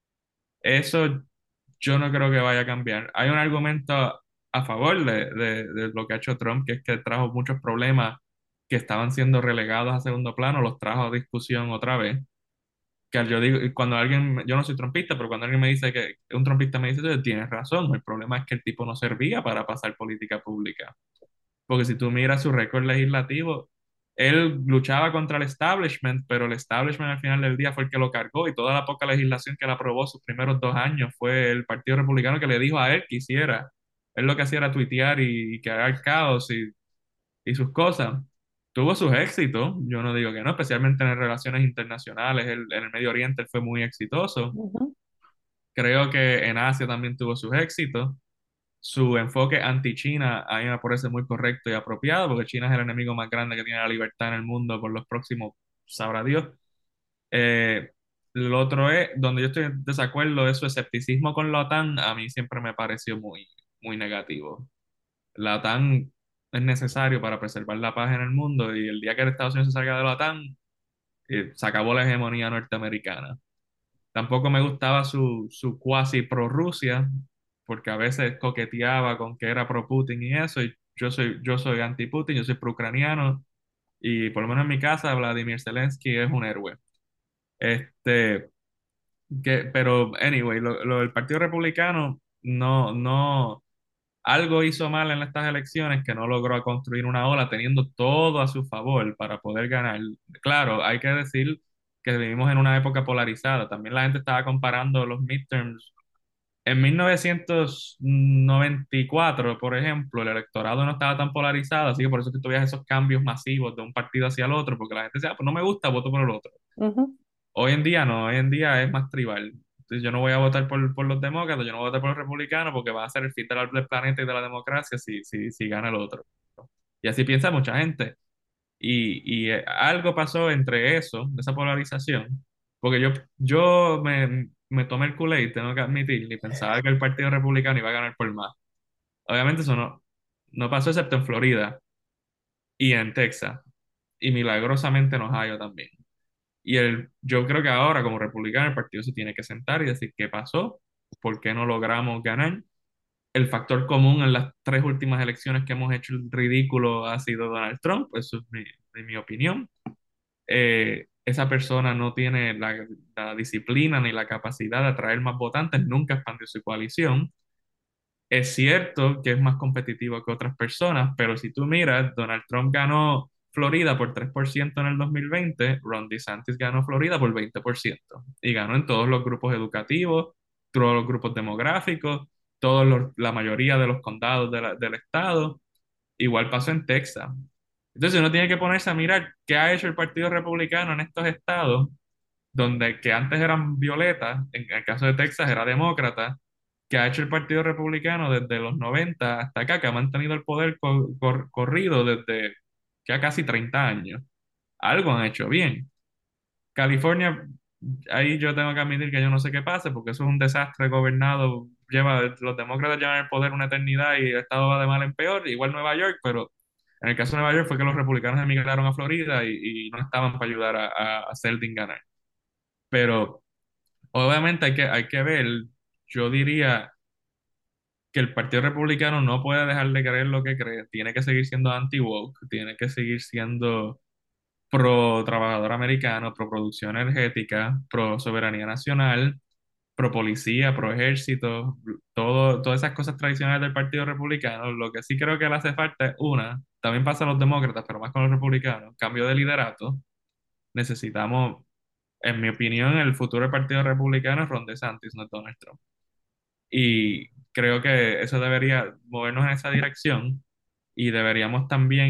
Eso yo no creo que vaya a cambiar. Hay un argumento a favor de lo que ha hecho Trump, que es que trajo muchos problemas que estaban siendo relegados a segundo plano, los trajo a discusión otra vez. que yo digo, cuando alguien, yo no soy trompista, pero cuando alguien me dice que un trompista me dice, "Oye, tienes razón, el problema es que el tipo no servía para pasar política pública. Porque si tú miras su récord legislativo, él luchaba contra el establishment, pero el establishment al final del día fue el que lo cargó y toda la poca legislación que él aprobó sus primeros 2 años fue el Partido Republicano que le dijo a él que hiciera. Él lo que hacía era tuitear y que haga el caos y sus cosas. Tuvo sus éxitos, yo no digo que no, especialmente en relaciones internacionales, en el Medio Oriente él fue muy exitoso. Ujú, Creo que en Asia también tuvo sus éxitos. Su enfoque anti-China a mí me parece muy correcto y apropiado, porque China es el enemigo más grande que tiene la libertad en el mundo por los próximos, sabrá Dios. Eh, lo otro es, donde yo estoy en desacuerdo, es su escepticismo con la OTAN, a mí siempre me pareció muy, muy negativo. La OTAN es necesario para preservar la paz en el mundo y el día que Estados Unidos se salga de la OTAN, se acabó la hegemonía norteamericana. Tampoco me gustaba su cuasi pro-Rusia, porque a veces coqueteaba con que era pro-Putin y eso, y yo soy anti-Putin, yo soy pro-ucraniano, y por lo menos en mi casa Vladimir Zelensky es un héroe. Este, pero, anyway, lo del Partido Republicano no, algo hizo mal en estas elecciones que no logró construir una ola teniendo todo a su favor para poder ganar. Claro, hay que decir que vivimos en una época polarizada. También la gente estaba comparando los midterms. En 1994, por ejemplo, el electorado no estaba tan polarizado, así que por eso es que tuvieras esos cambios masivos de un partido hacia el otro, porque la gente decía, "Ah, pues no me gusta, voto por el otro". ujú. Hoy en día no, hoy en día es más tribal. Entonces yo no voy a votar por los demócratas, yo no voy a votar por los republicanos porque va a ser el fin del planeta y de la democracia si gana el otro. Y así piensa mucha gente. Y algo pasó entre eso, esa polarización, porque yo me tomé el Kool-Aid, tengo que admitir, y pensaba que el Partido Republicano iba a ganar por más. Obviamente eso no pasó excepto en Florida y en Texas, y milagrosamente en Ohio también. Yo creo que ahora, como republicano, el partido se tiene que sentar y decir qué pasó, por qué no logramos ganar. El factor común en las tres últimas elecciones que hemos hecho el ridículo ha sido Donald Trump, eso es mi opinión. Esa persona no tiene la disciplina ni la capacidad de atraer más votantes, nunca expandió su coalición. Es cierto que es más competitivo que otras personas, pero si tú miras, Donald Trump ganó Florida por 3% en el 2020, Ron DeSantis ganó Florida por 20% y ganó en todos los grupos educativos, todos los grupos demográficos, la mayoría de los condados del estado. Igual pasó en Texas. Entonces uno tiene que ponerse a mirar qué ha hecho el Partido Republicano en estos estados donde que antes eran violetas, en el caso de Texas era demócrata, que ha hecho el Partido Republicano desde los 90 hasta acá, que ha mantenido el poder corrido desde ya casi 30 años. Algo han hecho bien. California, ahí yo tengo que admitir que yo no sé qué pasa, porque eso es un desastre gobernado. Los demócratas llevan el poder una eternidad y el estado va de mal en peor, igual Nueva York, pero en el caso de Nueva York fue que los republicanos emigraron a Florida y no estaban para ayudar a Selden ganar. Pero obviamente hay que ver, yo diría que el Partido Republicano no puede dejar de creer lo que cree, tiene que seguir siendo anti-woke, tiene que seguir siendo pro trabajador americano, pro producción energética, pro soberanía nacional, pro policía, pro ejército, todas esas cosas tradicionales del Partido Republicano. Lo que sí creo que le hace falta es también pasa a los demócratas, pero más con los republicanos, cambio de liderato. Necesitamos, en mi opinión, el futuro del Partido Republicano es Ron DeSantis, no Donald Trump. Y creo que eso debería movernos en esa dirección y deberíamos también,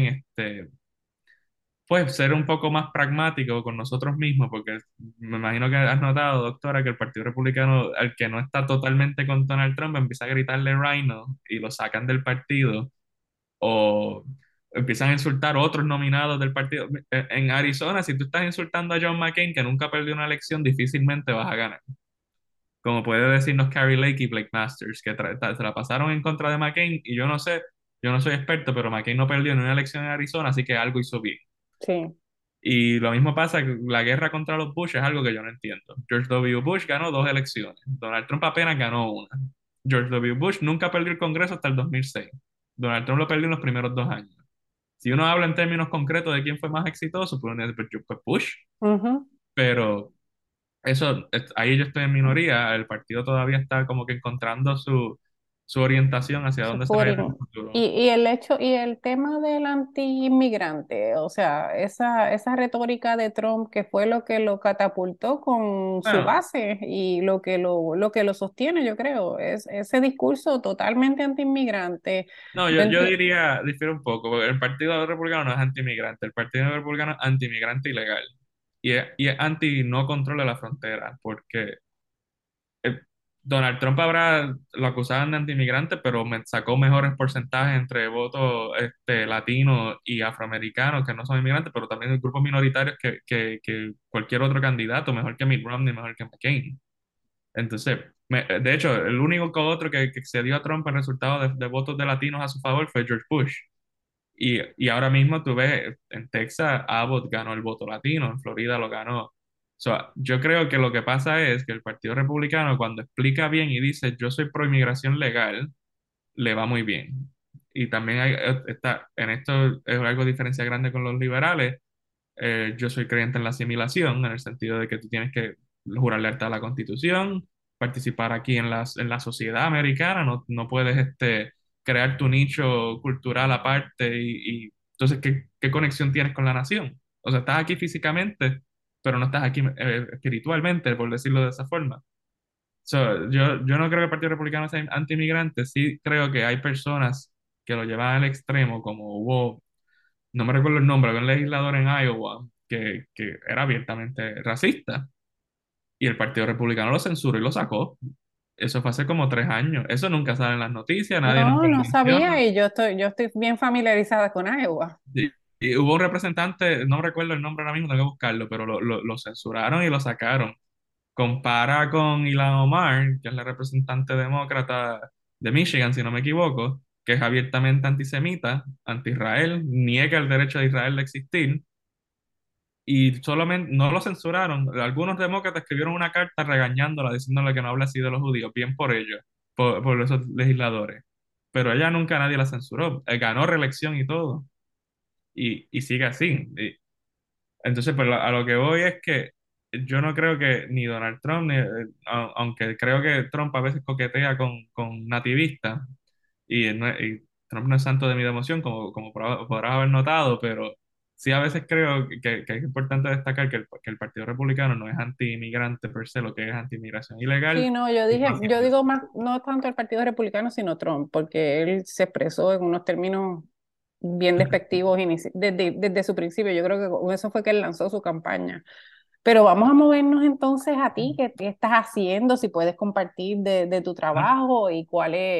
pues, ser un poco más pragmáticos con nosotros mismos, porque me imagino que has notado, doctora, que el Partido Republicano, al que no está totalmente con Donald Trump, empieza a gritarle Rhino y lo sacan del partido o empiezan a insultar a otros nominados del partido. En Arizona, si tú estás insultando a John McCain, que nunca perdió una elección, difícilmente vas a ganar. Como puede decirnos Carrie Lake y Blake Masters, que se la pasaron en contra de McCain, y yo no sé, yo no soy experto, pero McCain no perdió en una elección en Arizona, así que algo hizo bien. Sí. Y lo mismo pasa, que la guerra contra los Bush es algo que yo no entiendo. George W. Bush ganó 2 elecciones, Donald Trump apenas ganó una. George W. Bush nunca perdió el Congreso hasta el 2006. Donald Trump lo perdió en los primeros 2 años. Si uno habla en términos concretos de quién fue más exitoso, pues uno dice, pues Bush, Ujú. pero ahí yo estoy en minoría, el partido todavía está como que encontrando su orientación hacia Su dónde se va a ir en el footing. futuro. Y el hecho, y el tema del anti-inmigrante, o sea, esa retórica de Trump que fue lo que lo catapultó con su Bueno, base y lo que lo sostiene, yo creo, es ese discurso totalmente anti-inmigrante. no, Yo yo enti- diría, difiere un poco, porque el Partido Republicano no es anti-inmigrante, el Partido Republicano es anti-inmigrante ilegal y es anti no control de la frontera, porque eh, Donald Trump habrá, lo acusaban de anti-inmigrante, pero sacó mejores porcentajes entre votos latinos y afroamericanos que no son inmigrantes, pero también de grupos minoritarios que cualquier otro candidato, mejor que Mitt Romney, mejor que McCain. Entonces, de hecho, el único otro que excedió a Trump en resultado de votos de latinos a su favor fue George Bush. Y ahora mismo tú ves, en Texas, Abbott ganó el voto latino, en Florida lo ganó. Yo creo que lo que pasa es que el Partido Republicano, cuando explica bien y dice yo soy pro inmigración legal, le va muy bien. Y también en esto es algo diferencia grande con los liberales. Yo soy creyente en la asimilación, en el sentido de que tú tienes que jurar lealtad a la Constitución, participar aquí en la sociedad americana, no puedes crear tu nicho cultural aparte entonces, ¿qué conexión tienes con la nación? O sea, estás aquí físicamente, pero no estás aquí espiritualmente, por decirlo de esa forma. Yo no creo que el Partido Republicano sea anti-inmigrante, sí creo que hay personas que lo llevan al extremo, como hubo no me recuerdo el nombre, había un legislador en Iowa que era abiertamente racista y el Partido Republicano lo censuró y lo sacó. Eso fue hace como 3 años. Eso nunca sale en las noticias, nadie nunca no, lo no sabía menciona. y yo estoy bien familiarizada con Iowa. Y hubo un representante, no recuerdo el nombre ahora mismo, tengo que buscarlo, pero lo censuraron y lo sacaron. Compara con Ilhan Omar, que es la representante demócrata de Michigan, si no me equivoco, que es abiertamente antisemita, anti-Israel, niega el derecho de Israel de existir y solamente no lo censuraron. Algunos demócratas escribieron una carta regañándola, diciéndole que no habla así de los judíos, bien por ellos, por esos legisladores. Pero ella nunca nadie la censuró. Ganó reelección y todo. Y sigue así. Entonces, pues a lo que voy es que yo no creo que ni Donald Trump, aunque creo que Trump a veces coquetea con nativistas, y Trump no es santo de mi devoción, como podrás haber notado, pero sí a veces creo que es importante destacar que el Partido Republicano no es anti-inmigrante per se, lo que es anti-inmigración Sí, ilegal no, y yo digo anti-migración. más, no tanto el Partido Republicano, sino Trump, porque él se expresó en unos términos bien despectivos desde su principio. Yo creo que con eso fue que él lanzó su campaña. Pero vamos a movernos entonces a ti, qué estás haciendo, si puedes compartir de tu trabajo y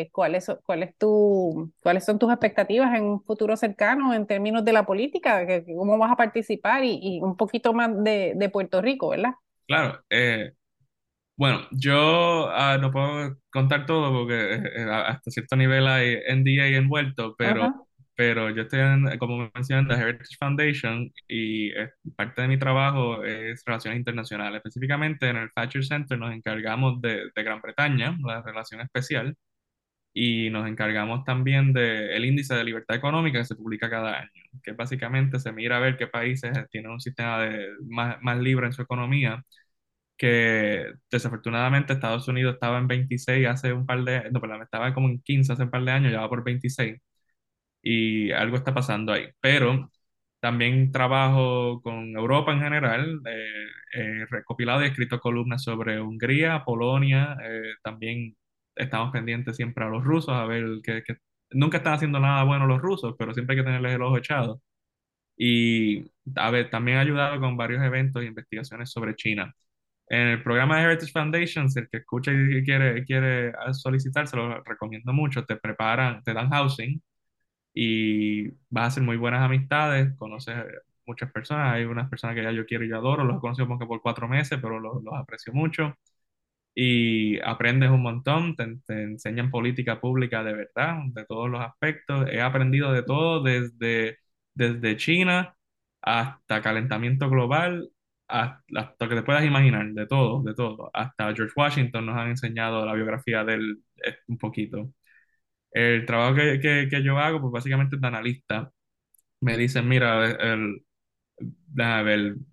cuáles son tus expectativas en un futuro cercano en términos de la política, cómo vas a participar y un poquito más de Puerto Rico, ¿verdad? Claro, bueno, yo no puedo contar todo porque hasta cierto nivel hay NDA envuelto, Ajá. pero yo estoy, como mencioné, en la Heritage Foundation y parte de mi trabajo es relaciones internacionales. Específicamente en el Thatcher Center nos encargamos de Gran Bretaña, la relación especial, y nos encargamos también del índice de libertad económica que se publica cada año, que básicamente se mira a ver qué países tienen un sistema más libre en su economía que desafortunadamente Estados Unidos estaba en 26 hace un par de, no, perdón, estaba como en 15 hace un par de años, ya va por 26 y algo está pasando ahí. Pero también trabajo con Europa en general, recopilado y escrito columnas sobre Hungría, Polonia, también estamos pendientes siempre a los rusos, a ver nunca están haciendo nada bueno los rusos, pero siempre hay que tenerles el ojo echado. Y a ver, también he ayudado con varios eventos e investigaciones sobre China. En el programa de Heritage Foundation, si el que escucha y quiere solicitar, se lo recomiendo mucho. Te preparan, te dan housing y vas a hacer muy buenas amistades, conoces muchas personas. Hay unas personas que ya yo quiero y yo adoro, los he conocido como que por 4 meses, pero los aprecio mucho y aprendes un montón, te enseñan política pública de verdad, de todos los aspectos. He aprendido de todo, desde China hasta calentamiento global, hasta lo que te puedas imaginar, de todo. Hasta George Washington nos han enseñado la biografía de él un poquito. El trabajo que yo hago, pues básicamente es de analista. Me dicen, mira, déjame ver,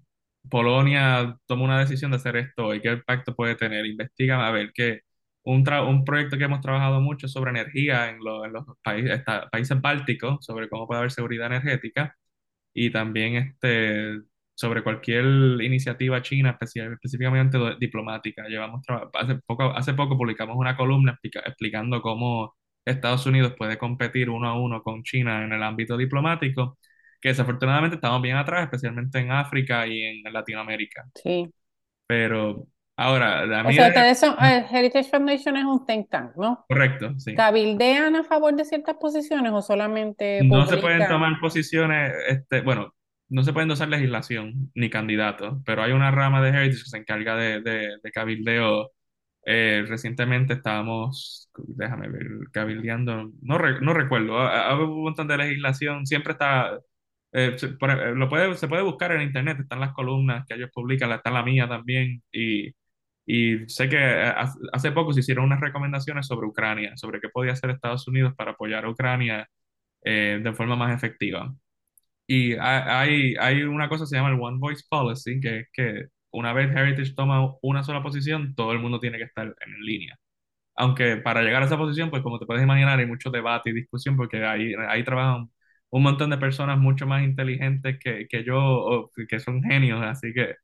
Polonia toma una decisión de hacer esto y qué impacto puede tener. Investiga, a ver, que un proyecto que hemos trabajado mucho sobre energía en los países bálticos, sobre cómo puede haber seguridad energética y también sobre cualquier iniciativa china, específicamente diplomática. Hace poco publicamos una columna explicando cómo Estados Unidos puede competir uno a uno con China en el ámbito diplomático, que desafortunadamente estamos bien atrás, especialmente en África y en Latinoamérica. Sí. Pero ahora, a O mí sea, ustedes son, Heritage Foundation es un think tank, ¿no? correcto, sí. ¿Cabildean a favor de ciertas posiciones o solamente No se pueden publican? tomar posiciones, bueno, no se pueden usar legislación ni candidatos, pero hay una rama de Heritage que se encarga de cabildeo. Recientemente estábamos, déjame ver, cabildeando, no recuerdo, hay un montón de legislación, siempre está, se puede buscar en internet, están las columnas que ellos publican, está la mía también, y sé que hace poco se hicieron unas recomendaciones sobre Ucrania, sobre qué podía hacer Estados Unidos para apoyar a Ucrania de forma más efectiva. Y hay una cosa que se llama el One Voice Policy, que es que una vez Heritage toma una sola posición, todo el mundo tiene que estar en línea. Aunque para llegar a esa posición, pues como te puedes imaginar, hay mucho debate y discusión porque ahí trabajan un montón de personas mucho más inteligentes que yo, o que son genios, así que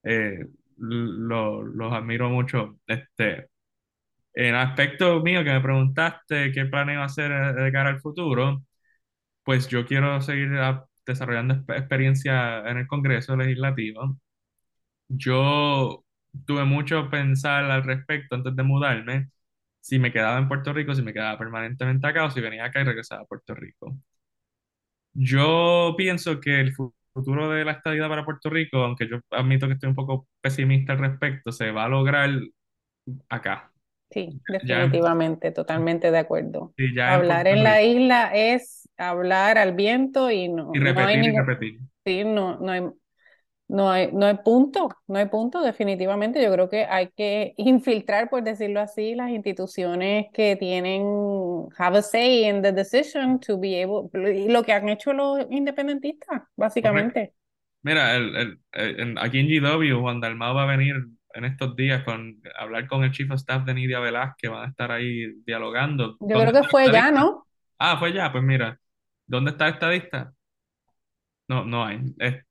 los admiro mucho. En aspecto mío que me preguntaste qué planeo hacer de cara al futuro, pues yo quiero seguir desarrollando experiencia en el Congreso Legislativo. Yo tuve mucho pensar al respecto antes de mudarme, si me quedaba en Puerto Rico, si me quedaba permanentemente acá o si venía acá y regresaba a Puerto Rico. Yo pienso que el futuro de la estadidad para Puerto Rico, aunque yo admito que estoy un poco pesimista al respecto, se va a lograr acá. Sí, Ya en, definitivamente, totalmente de acuerdo. sí, ya en Hablar Puerto en la Rico. isla es hablar al viento y Y no hay repetir y ningún, repetir. sí, no hay punto, definitivamente. Yo creo que hay que infiltrar, por decirlo así, las instituciones que tienen, have a say in the decision to be able, y lo que han hecho los independentistas, Correcto. básicamente. Mira, aquí en GW, Juan Dalmau va a venir en estos días a hablar con el Chief of Staff de Nidia Velázquez, van a estar ahí dialogando. Yo ¿Dónde creo que está el fue ya, estadista? ¿no? Ah, fue ya, pues mira, ¿dónde está el estadista? No, no hay.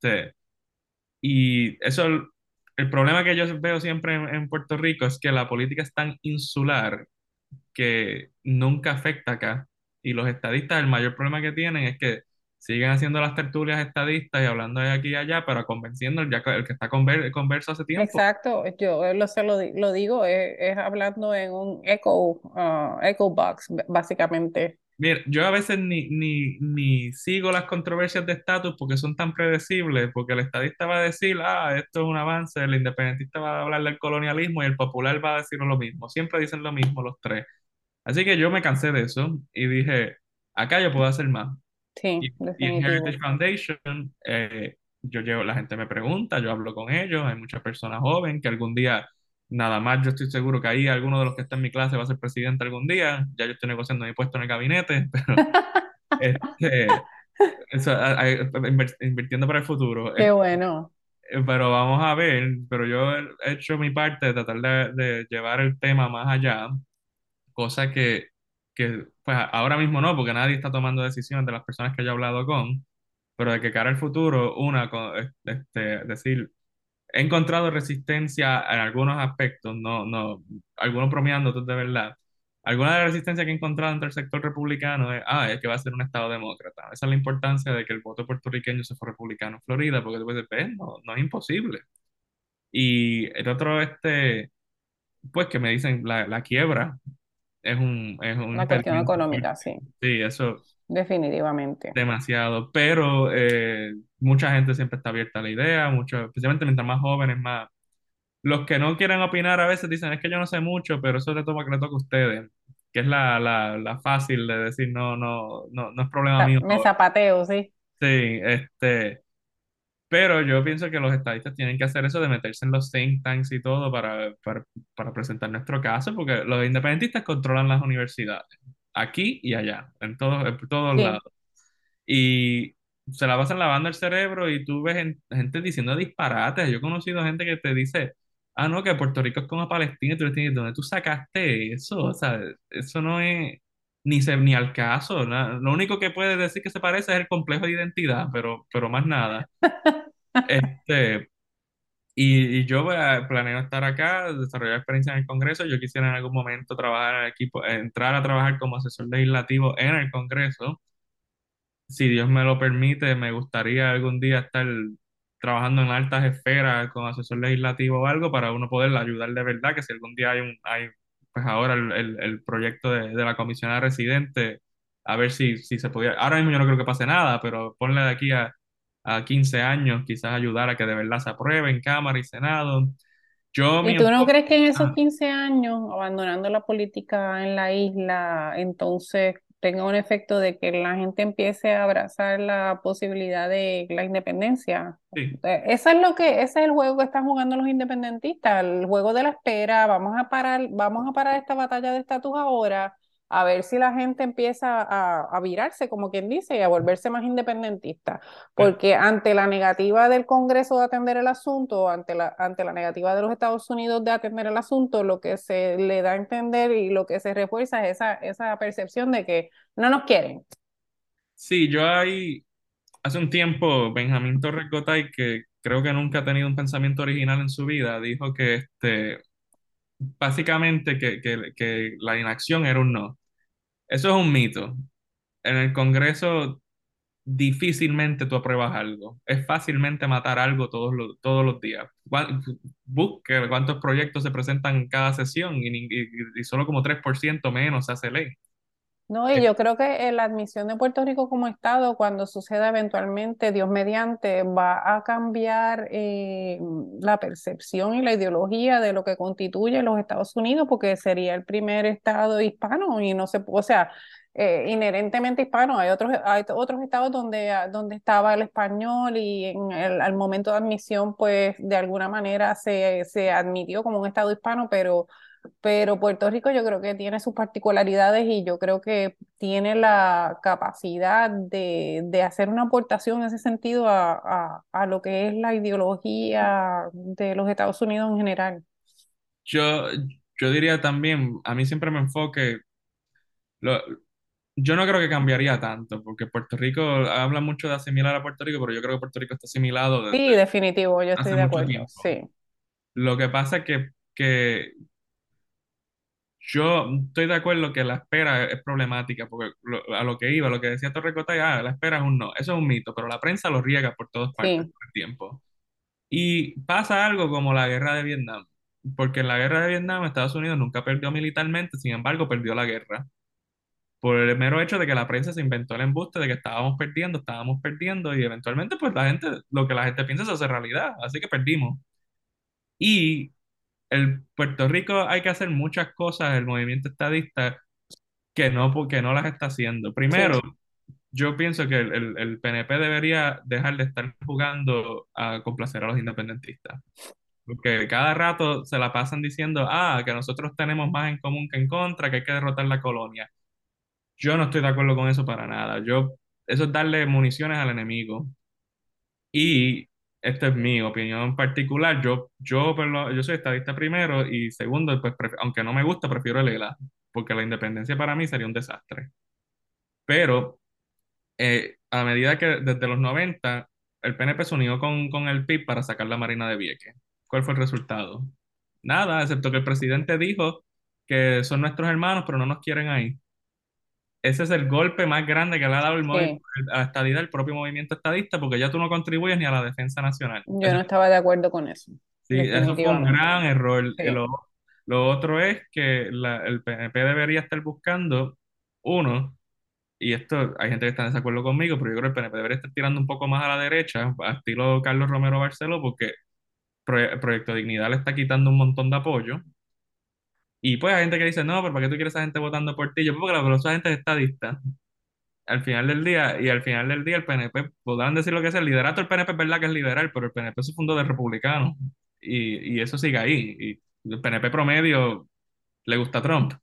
Y eso, el problema que yo veo siempre en Puerto Rico es que la política es tan insular que nunca afecta acá. Y los estadistas, el mayor problema que tienen es que siguen haciendo las tertulias estadistas y hablando de aquí y allá, pero convenciendo el que está converso hace tiempo. Exacto, yo lo digo, es hablando en un echo box, básicamente. Mira, yo a veces ni sigo las controversias de estatus porque son tan predecibles, porque el estadista va a decir, esto es un avance, el independentista va a hablar del colonialismo y el popular va a decir lo mismo. Siempre dicen lo mismo los tres. Así que yo me cansé de eso y dije, acá yo puedo hacer más. Sí, Y en Heritage definitivo. Foundation, la gente me pregunta, yo hablo con ellos, hay muchas personas jóvenes que algún día, nada más yo estoy seguro que ahí alguno de los que está en mi clase va a ser presidente algún día, ya yo estoy negociando mi puesto en el gabinete, pero este, invirtiendo para el futuro. Qué bueno. Pero vamos a ver, pero yo he hecho mi parte de tratar de llevar el tema más allá, cosa que pues ahora mismo no, porque nadie está tomando decisiones de las personas que yo he hablado con, pero de que cara al futuro, decir, he encontrado resistencia en algunos aspectos, algunos bromeando, otros de verdad. Alguna de la resistencia que he encontrado entre el sector republicano es que va a ser un estado demócrata. Esa es la importancia de que el voto puertorriqueño se fue republicano en Florida, porque después de no es imposible. Y el otro, pues que me dicen, la quiebra es un Una cuestión impedimento económica, fuerte. sí, Sí, eso definitivamente. demasiado, pero mucha gente siempre está abierta a la idea, especialmente mientras más jóvenes, más. Los que no quieren opinar a veces dicen, es que yo no sé mucho, pero eso le toca a ustedes, que es la fácil de decir, no es problema mío. Me zapateo, sí. Sí, pero yo pienso que los estadistas tienen que hacer eso de meterse en los think tanks y todo para presentar nuestro caso, porque los independentistas controlan las universidades, aquí y allá, en todos Sí. lados. se la pasan lavando el cerebro y tú ves gente diciendo disparates. Yo he conocido gente que te dice, ah, no, que Puerto Rico es como Palestina, y tú le tienes, ¿dónde tú sacaste eso? O sea, eso no es ni al caso. Lo único que puedes decir que se parece es el complejo de identidad, pero más nada. Este, y yo planeo estar acá, desarrollar experiencia en el Congreso. Yo quisiera en algún momento trabajar en el equipo, entrar a trabajar como asesor legislativo en el Congreso. Si Dios me lo permite, me gustaría algún día estar trabajando en altas esferas como asesor legislativo o algo para uno poder ayudar de verdad, que si algún día pues ahora el proyecto de la comisionada residente, a ver si se podía, ahora mismo yo no creo que pase nada, pero ponle de aquí a 15 años, quizás ayudar a que de verdad se apruebe en Cámara y Senado. Yo ¿Y mi tú no enfoque, crees que en esos ah, 15 años, abandonando la política en la isla, entonces tenga un efecto de que la gente empiece a abrazar la posibilidad de la independencia? sí. Eso es lo que, ese es el juego que están jugando los independentistas, el juego de la espera. Vamos a parar esta batalla de estatus ahora, a ver si la gente empieza a virarse, como quien dice, y a volverse más independentista, Pues, porque ante la negativa del Congreso de atender el asunto, ante la negativa de los Estados Unidos de atender el asunto, lo que se le da a entender y lo que se refuerza es esa percepción de que no nos quieren. sí, hace un tiempo, Benjamín Torres Gotay, que creo que nunca ha tenido un pensamiento original en su vida, dijo que básicamente que la inacción era un no. Eso es un mito. En el Congreso difícilmente tú apruebas algo. Es fácilmente matar algo todos los días. Busque cuántos proyectos se presentan en cada sesión y solo como 3% menos se hace ley. No, y yo creo que la admisión de Puerto Rico como Estado, cuando suceda eventualmente, Dios mediante, va a cambiar la percepción y la ideología de lo que constituye los Estados Unidos, porque sería el primer Estado hispano y no se, o sea, inherentemente hispano. Hay otros estados donde estaba el español y al momento de admisión, pues de alguna manera se admitió como un Estado hispano, pero Puerto Rico yo creo que tiene sus particularidades y yo creo que tiene la capacidad de hacer una aportación en ese sentido a lo que es la ideología de los Estados Unidos en general. Yo, yo diría también, a mí siempre me enfoque, lo- yo no creo que cambiaría tanto, porque Puerto Rico habla mucho de asimilar a Puerto Rico, pero yo creo que Puerto Rico está asimilado desde Sí, definitivo, yo estoy hace de mucho acuerdo, tiempo. sí, Lo que pasa es que yo estoy de acuerdo que la espera es problemática, porque a lo que iba, lo que decía Torrecota, la espera es un no, eso es un mito, pero la prensa lo riega por todas partes sí. todo el tiempo. Y pasa algo como la guerra de Vietnam, porque en la guerra de Vietnam Estados Unidos nunca perdió militarmente, sin embargo perdió la guerra, por el mero hecho de que la prensa se inventó el embuste de que estábamos perdiendo, y eventualmente pues la gente, lo que la gente piensa se hace realidad, así que perdimos. Y el Puerto Rico hay que hacer muchas cosas, el movimiento estadista, que no las está haciendo. Primero, Sí, yo pienso que el PNP debería dejar de estar jugando a complacer a los independentistas. Porque cada rato se la pasan diciendo, que nosotros tenemos más en común que en contra, que hay que derrotar la colonia. Yo no estoy de acuerdo con eso para nada. Eso es darle municiones al enemigo. Y esta es mi opinión particular. Yo soy estadista primero y segundo, pues aunque no me gusta, prefiero el ELA, porque la independencia para mí sería un desastre. Pero a medida que desde los 90 el PNP se unió con el PIB para sacar la Marina de Vieques. ¿Cuál fue el resultado? Nada, excepto que el presidente dijo que son nuestros hermanos, pero no nos quieren ahí. Ese es el golpe más grande que le ha dado sí. a la estadidad, el propio movimiento estadista, porque ya tú no contribuyes ni a la defensa nacional. Yo no estaba de acuerdo con eso, Sí, eso fue un definitivamente. gran error. Sí, Lo otro es que el PNP debería estar buscando, uno, y esto hay gente que está en desacuerdo conmigo, pero yo creo que el PNP debería estar tirando un poco más a la derecha, a estilo Carlos Romero Barceló, porque Proyecto Dignidad le está quitando un montón de apoyo. Y pues hay gente que dice, no, pero ¿para qué tú quieres a esa gente votando por ti? Yo, porque esa gente es estadista. Al final del día el PNP, podrán decir lo que sea, el liderato del PNP es verdad que es liberal, pero el PNP se fundó de republicano y eso sigue ahí. Y el PNP promedio le gusta a Trump.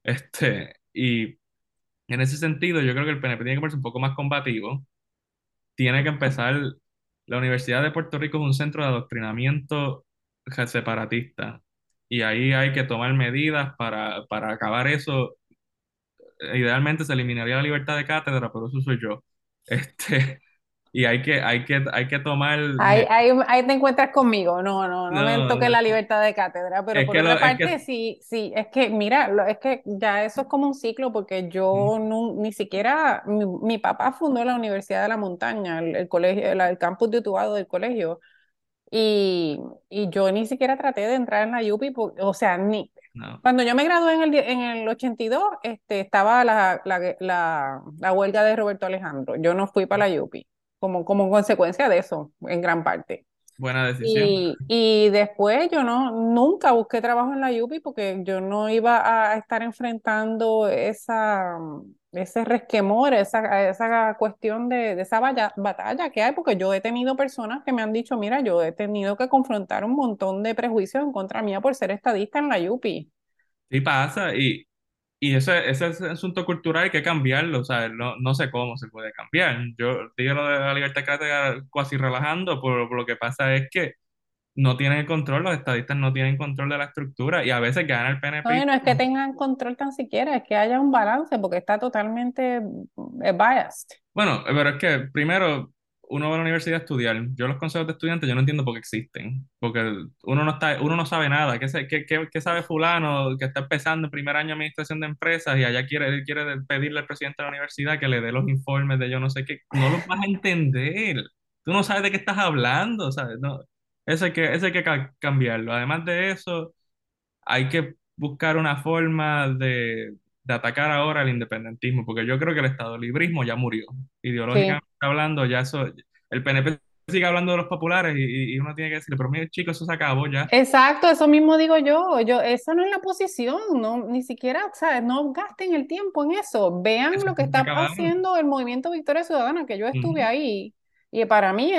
Y en ese sentido yo creo que el PNP tiene que ponerse un poco más combativo, tiene que empezar, la Universidad de Puerto Rico es un centro de adoctrinamiento separatista y ahí hay que tomar medidas para acabar eso. Idealmente se eliminaría la libertad de cátedra, pero eso soy yo. Este, y hay que tomar Ahí te encuentras conmigo. No, no, no me toque no, la libertad de cátedra, pero es por que otra es que parte, sí, sí, es que, mira, es que ya eso es como un ciclo, porque yo ni siquiera, mi papá fundó la Universidad de la Montaña, el colegio, el campus de Utuado del colegio, y, y yo ni siquiera traté de entrar en la UPI, o sea, ni, no. cuando yo me gradué en el 82, estaba la huelga de Roberto Alejandro, yo no fui para la UPI, como consecuencia de eso, en gran parte. Buena decisión. Y después yo nunca busqué trabajo en la UPI porque yo no iba a estar enfrentando ese resquemor, esa cuestión de esa batalla que hay, porque yo he tenido personas que me han dicho, mira, yo he tenido que confrontar un montón de prejuicios en contra mía por ser estadista en la UPI. Sí pasa, y ese asunto cultural hay que cambiarlo, o sea, no sé cómo se puede cambiar. Yo digo lo de la libertad cátedra casi relajando, pero lo que pasa es que no tienen el control, los estadistas no tienen control de la estructura y a veces gana el No, PNP. y no es que tengan control tan siquiera, es que haya un balance porque está totalmente biased. Bueno, pero es que primero uno va a la universidad a estudiar. Yo los consejos de estudiantes yo no entiendo por qué existen, porque uno no sabe nada. ¿Qué sabe fulano que está empezando en primer año de administración de empresas y allá quiere pedirle al presidente de la universidad que le dé los informes de yo no sé qué? No los vas a entender. Tú no sabes de qué estás hablando, ¿sabes? No, eso hay que cambiarlo. Además de eso hay que buscar una forma de atacar ahora el independentismo, porque yo creo que el estadolibrismo ya murió. Sí. Ideológicamente hablando, ya eso, el PNP sigue hablando de los populares y uno tiene que decirle, pero mire, chicos, eso se acabó ya, Exacto, eso mismo digo yo, esa no es la posición, no, ni siquiera, ¿sabes? No gasten el tiempo en eso, vean eso lo que se está acabaron. haciendo el movimiento Victoria Ciudadana, que yo estuve Ujú. ahí, y para mí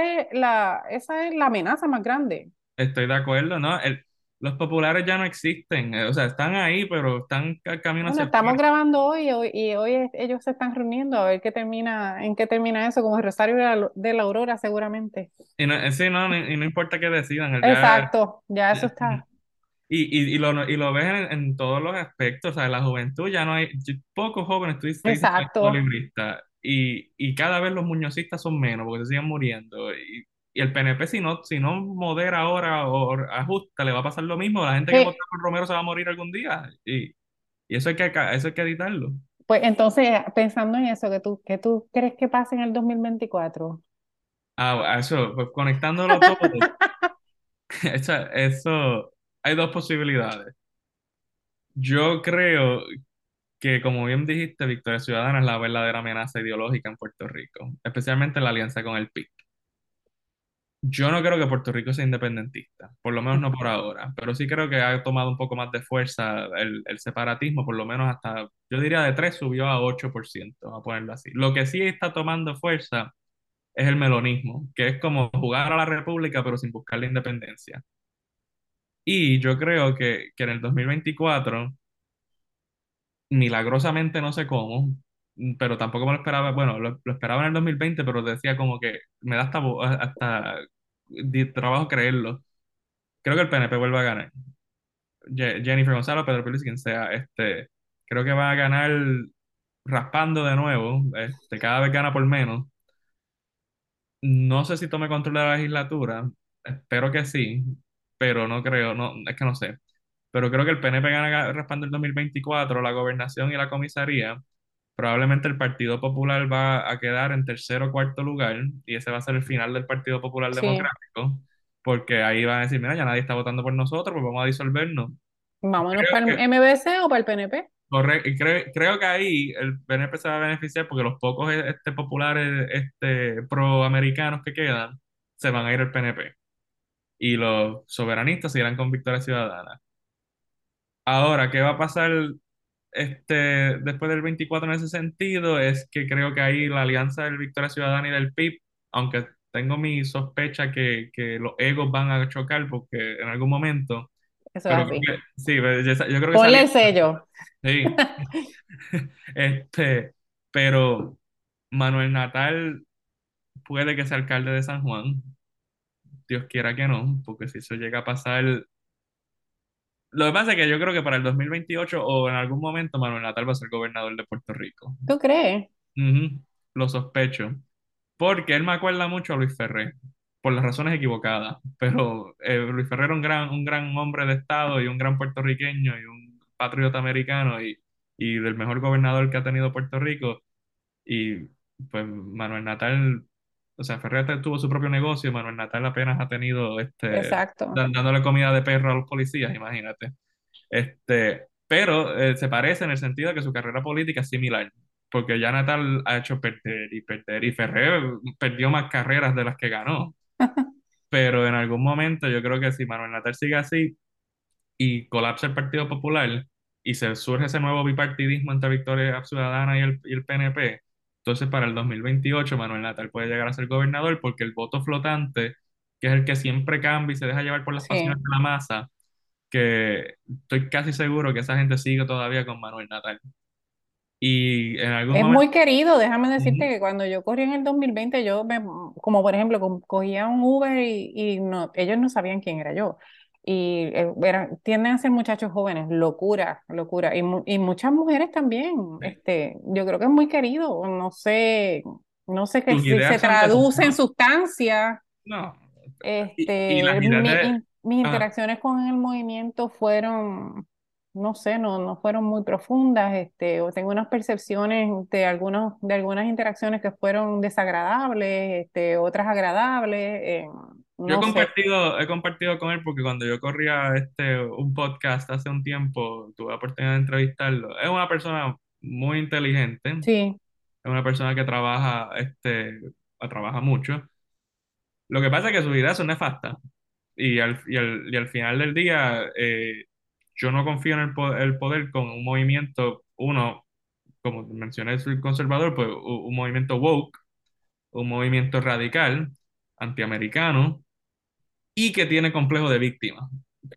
esa es la amenaza más grande. Estoy de acuerdo, ¿no? Los populares ya no existen, o sea, están ahí, pero están camino Bueno, hacia el estamos fin. grabando y hoy ellos se están reuniendo a ver en qué termina eso, como el Rosario de la Aurora seguramente. Y no, sí, no, y no importa qué decidan, Exacto, ya eso ya- está. y lo ves en todos los aspectos, o sea, en la juventud ya no hay, pocos jóvenes, tú dices Exacto. libristas, y cada vez los muñozistas son menos, porque se siguen muriendo, y el PNP si no modera ahora o ajusta, le va a pasar lo mismo, la gente que vota Sí, por Romero se va a morir algún día, y eso hay que editarlo. pues entonces, pensando en eso, qué tú crees que pase en el 2024? Ah, eso, pues conectándolo todo, eso, hay dos posibilidades. Yo creo que, como bien dijiste, Victoria Ciudadana es la verdadera amenaza ideológica en Puerto Rico, especialmente en la alianza con el PIB. Yo no creo que Puerto Rico sea independentista, por lo menos no por ahora, pero sí creo que ha tomado un poco más de fuerza el separatismo, por lo menos hasta, yo diría de 3 subió a 8%, a ponerlo así. Lo que sí está tomando fuerza es el melonismo, que es como jugar a la república pero sin buscar la independencia. Y yo creo que en el 2024 milagrosamente no sé cómo, pero tampoco me lo esperaba, bueno, lo esperaba en el 2020, pero decía como que me da hasta trabajo creerlo. Creo que el PNP vuelve a ganar. Jennifer González, Pedro Pérez, quien sea, creo que va a ganar raspando de nuevo, cada vez gana por menos. No sé si tome control de la legislatura, espero que sí, pero no creo, no, es que no sé. Pero creo que el PNP gana raspando el 2024 la gobernación y la comisaría. Probablemente el Partido Popular va a quedar en tercer o cuarto lugar y ese va a ser el final del Partido Popular Sí, Democrático, porque ahí van a decir, mira, ya nadie está votando por nosotros, pues vamos a disolvernos. vámonos Creo para el que, MBC o para el PNP. y creo que ahí el PNP se va a beneficiar porque los pocos populares proamericanos que quedan se van a ir al PNP y los soberanistas se irán con Victoria Ciudadana. Ahora, ¿qué va a pasar después del 24 en ese sentido? Es que creo que ahí la alianza del Victoria Ciudadana y del PIB, aunque tengo mi sospecha que los egos van a chocar porque en algún momento, Eso es pero así. sí, yo creo que esa Ponle el alianza, sello. sí, este, pero Manuel Natal puede que sea alcalde de San Juan. Dios quiera que no, porque si eso llega a pasar. Lo que pasa es que yo creo que para el 2028 o en algún momento Manuel Natal va a ser gobernador de Puerto Rico. ¿Tú crees? Ujú, lo sospecho. Porque él me acuerda mucho a Luis Ferré, por las razones equivocadas. Pero Luis Ferré era un gran hombre de Estado y un gran puertorriqueño y un patriota americano y del mejor gobernador que ha tenido Puerto Rico. Y pues Manuel Natal, o sea, Ferré tuvo su propio negocio, Manuel Natal apenas ha tenido Exacto. dándole comida de perro a los policías, imagínate. Pero se parece en el sentido de que su carrera política es similar, porque ya Natal ha hecho perder, y Ferrer perdió más carreras de las que ganó. Pero en algún momento yo creo que si Manuel Natal sigue así y colapsa el Partido Popular y se surge ese nuevo bipartidismo entre Victoria Ciudadana y el PNP, entonces para el 2028 Manuel Natal puede llegar a ser gobernador porque el voto flotante, que es el que siempre cambia y se deja llevar por las pasiones Sí. de la masa, que estoy casi seguro que esa gente sigue todavía con Manuel Natal. Y en algún Es momento, muy querido, déjame decirte ujú, que cuando yo corrí en el 2020, como por ejemplo, cogía un Uber y no, ellos no sabían quién era yo. Y tienden a ser muchachos jóvenes, locura, locura. Y muchas mujeres también. sí, Yo creo que es muy querido. No sé que tus si se ideas son de... traduce en No, sustancia. no. Y las ideas de... Mis Ah, interacciones con el movimiento fueron, no sé, no fueron muy profundas, o tengo unas percepciones de algunas interacciones que fueron desagradables, otras agradables, yo no sé. he compartido con él porque cuando yo corría un podcast hace un tiempo, tuve la oportunidad de entrevistarlo. Es una persona muy inteligente, es Sí, una persona que trabaja mucho. Lo que pasa es que sus ideas son nefastas. Y al final del día, yo no confío en el poder con un movimiento, como mencioné, soy conservador, pues un movimiento woke, un movimiento radical, antiamericano y que tiene complejo de víctima.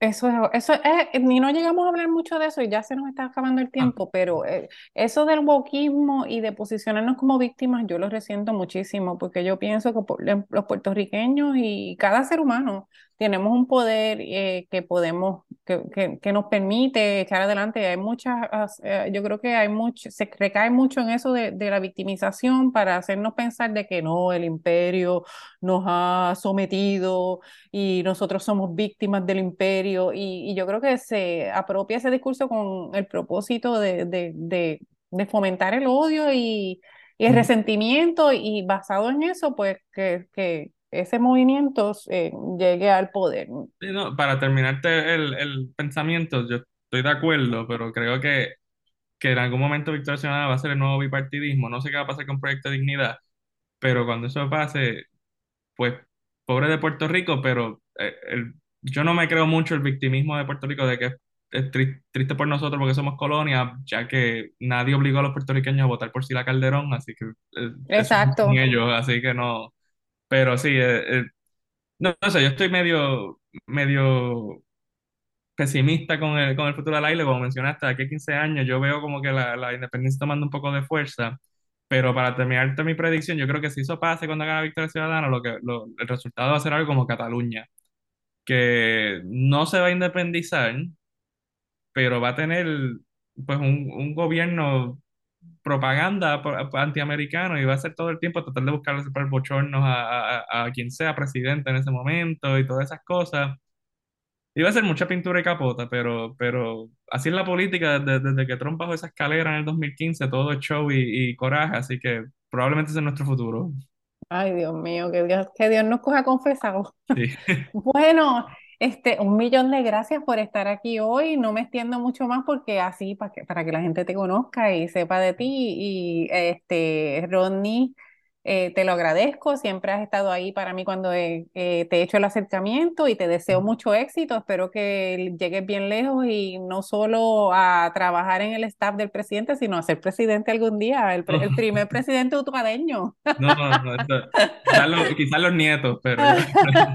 ni no llegamos a hablar mucho de eso y ya se nos está acabando el Ah, tiempo, pero eso del wokismo y de posicionarnos como víctimas, yo lo resiento muchísimo porque yo pienso que los puertorriqueños y cada ser humano tenemos un poder que nos permite echar adelante. Yo creo que se recae mucho en eso de la victimización para hacernos pensar de que no, el imperio nos ha sometido y nosotros somos víctimas del imperio y yo creo que se apropia ese discurso con el propósito de fomentar el odio y el ujú. resentimiento y basado en eso, pues que ese movimiento llegue al poder. Sí, no, para terminarte el pensamiento, yo estoy de acuerdo, pero creo que en algún momento Victoria Ciudadana va a ser el nuevo bipartidismo. No sé qué va a pasar con Proyecto de Dignidad, pero cuando eso pase, pues, pobre de Puerto Rico, pero yo no me creo mucho el victimismo de Puerto Rico de que es triste por nosotros porque somos colonia, ya que nadie obligó a los puertorriqueños a votar por Sila Calderón, así que eso es con Exacto. ellos, así que no. Pero sí, no sé, yo estoy medio pesimista con el futuro del aire, como mencionaste, de aquí a 15 años yo veo como que la independencia tomando un poco de fuerza, pero para terminarte mi predicción, yo creo que si eso pase cuando haga la victoria ciudadana, el resultado va a ser algo como Cataluña, que no se va a independizar, pero va a tener pues un gobierno propaganda antiamericano y va a ser todo el tiempo tratar de buscarle por bochornos a quien sea presidente en ese momento y todas esas cosas. Iba a ser mucha pintura y capota, pero así es la política desde que Trump bajó esa escalera en el 2015, todo es show y coraje, así que probablemente ese es nuestro futuro. Ay, Dios mío, que Dios nos coja confesado. Sí, Bueno, 1 millón de gracias por estar aquí hoy. No me extiendo mucho más porque así para que la gente te conozca y sepa de ti. Y Rodney, te lo agradezco. Siempre has estado ahí para mí cuando te he hecho el acercamiento y te deseo mucho éxito. Espero que llegues bien lejos y no solo a trabajar en el staff del presidente, sino a ser presidente algún día, el primer presidente utuadeño. no, no, no, quizás los nietos, pero yo.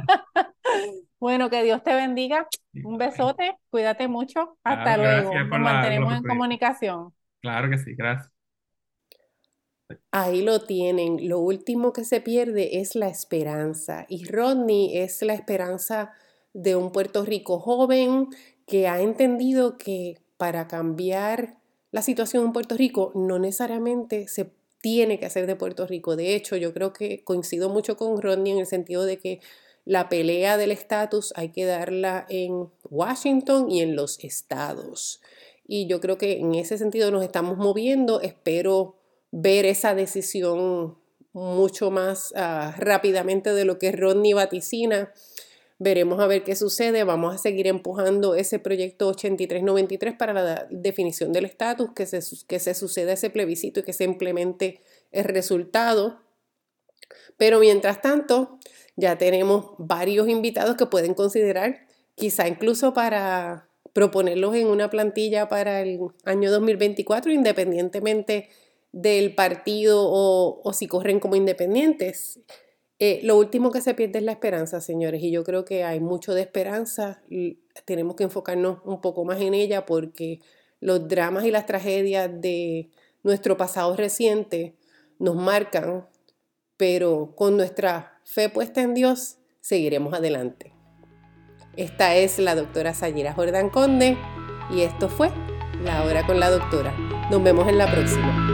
Bueno, que Dios te bendiga. Un besote, cuídate mucho. Hasta Claro, luego. gracias Nos por la mantenemos en propuesta. comunicación. Claro que sí, gracias. Ahí lo tienen. Lo último que se pierde es la esperanza. Y Rodney es la esperanza de un Puerto Rico joven que ha entendido que para cambiar la situación en Puerto Rico no necesariamente se tiene que hacer de Puerto Rico. De hecho, yo creo que coincido mucho con Rodney en el sentido de que la pelea del estatus hay que darla en Washington y en los estados. Y yo creo que en ese sentido nos estamos moviendo. Espero ver esa decisión mucho más rápidamente de lo que Rodney vaticina. Veremos a ver qué sucede. Vamos a seguir empujando ese proyecto 8393 para la definición del estatus, que se suceda ese plebiscito y que se implemente el resultado. Pero mientras tanto, ya tenemos varios invitados que pueden considerar, quizá incluso para proponerlos en una plantilla para el año 2024, independientemente del partido o si corren como independientes. Lo último que se pierde es la esperanza, señores, y yo creo que hay mucho de esperanza. Tenemos que enfocarnos un poco más en ella porque los dramas y las tragedias de nuestro pasado reciente nos marcan, pero con nuestra fe puesta en Dios, seguiremos adelante. Esta es la doctora Sayira Jordán Conde y esto fue La Hora con la Doctora. Nos vemos en la próxima.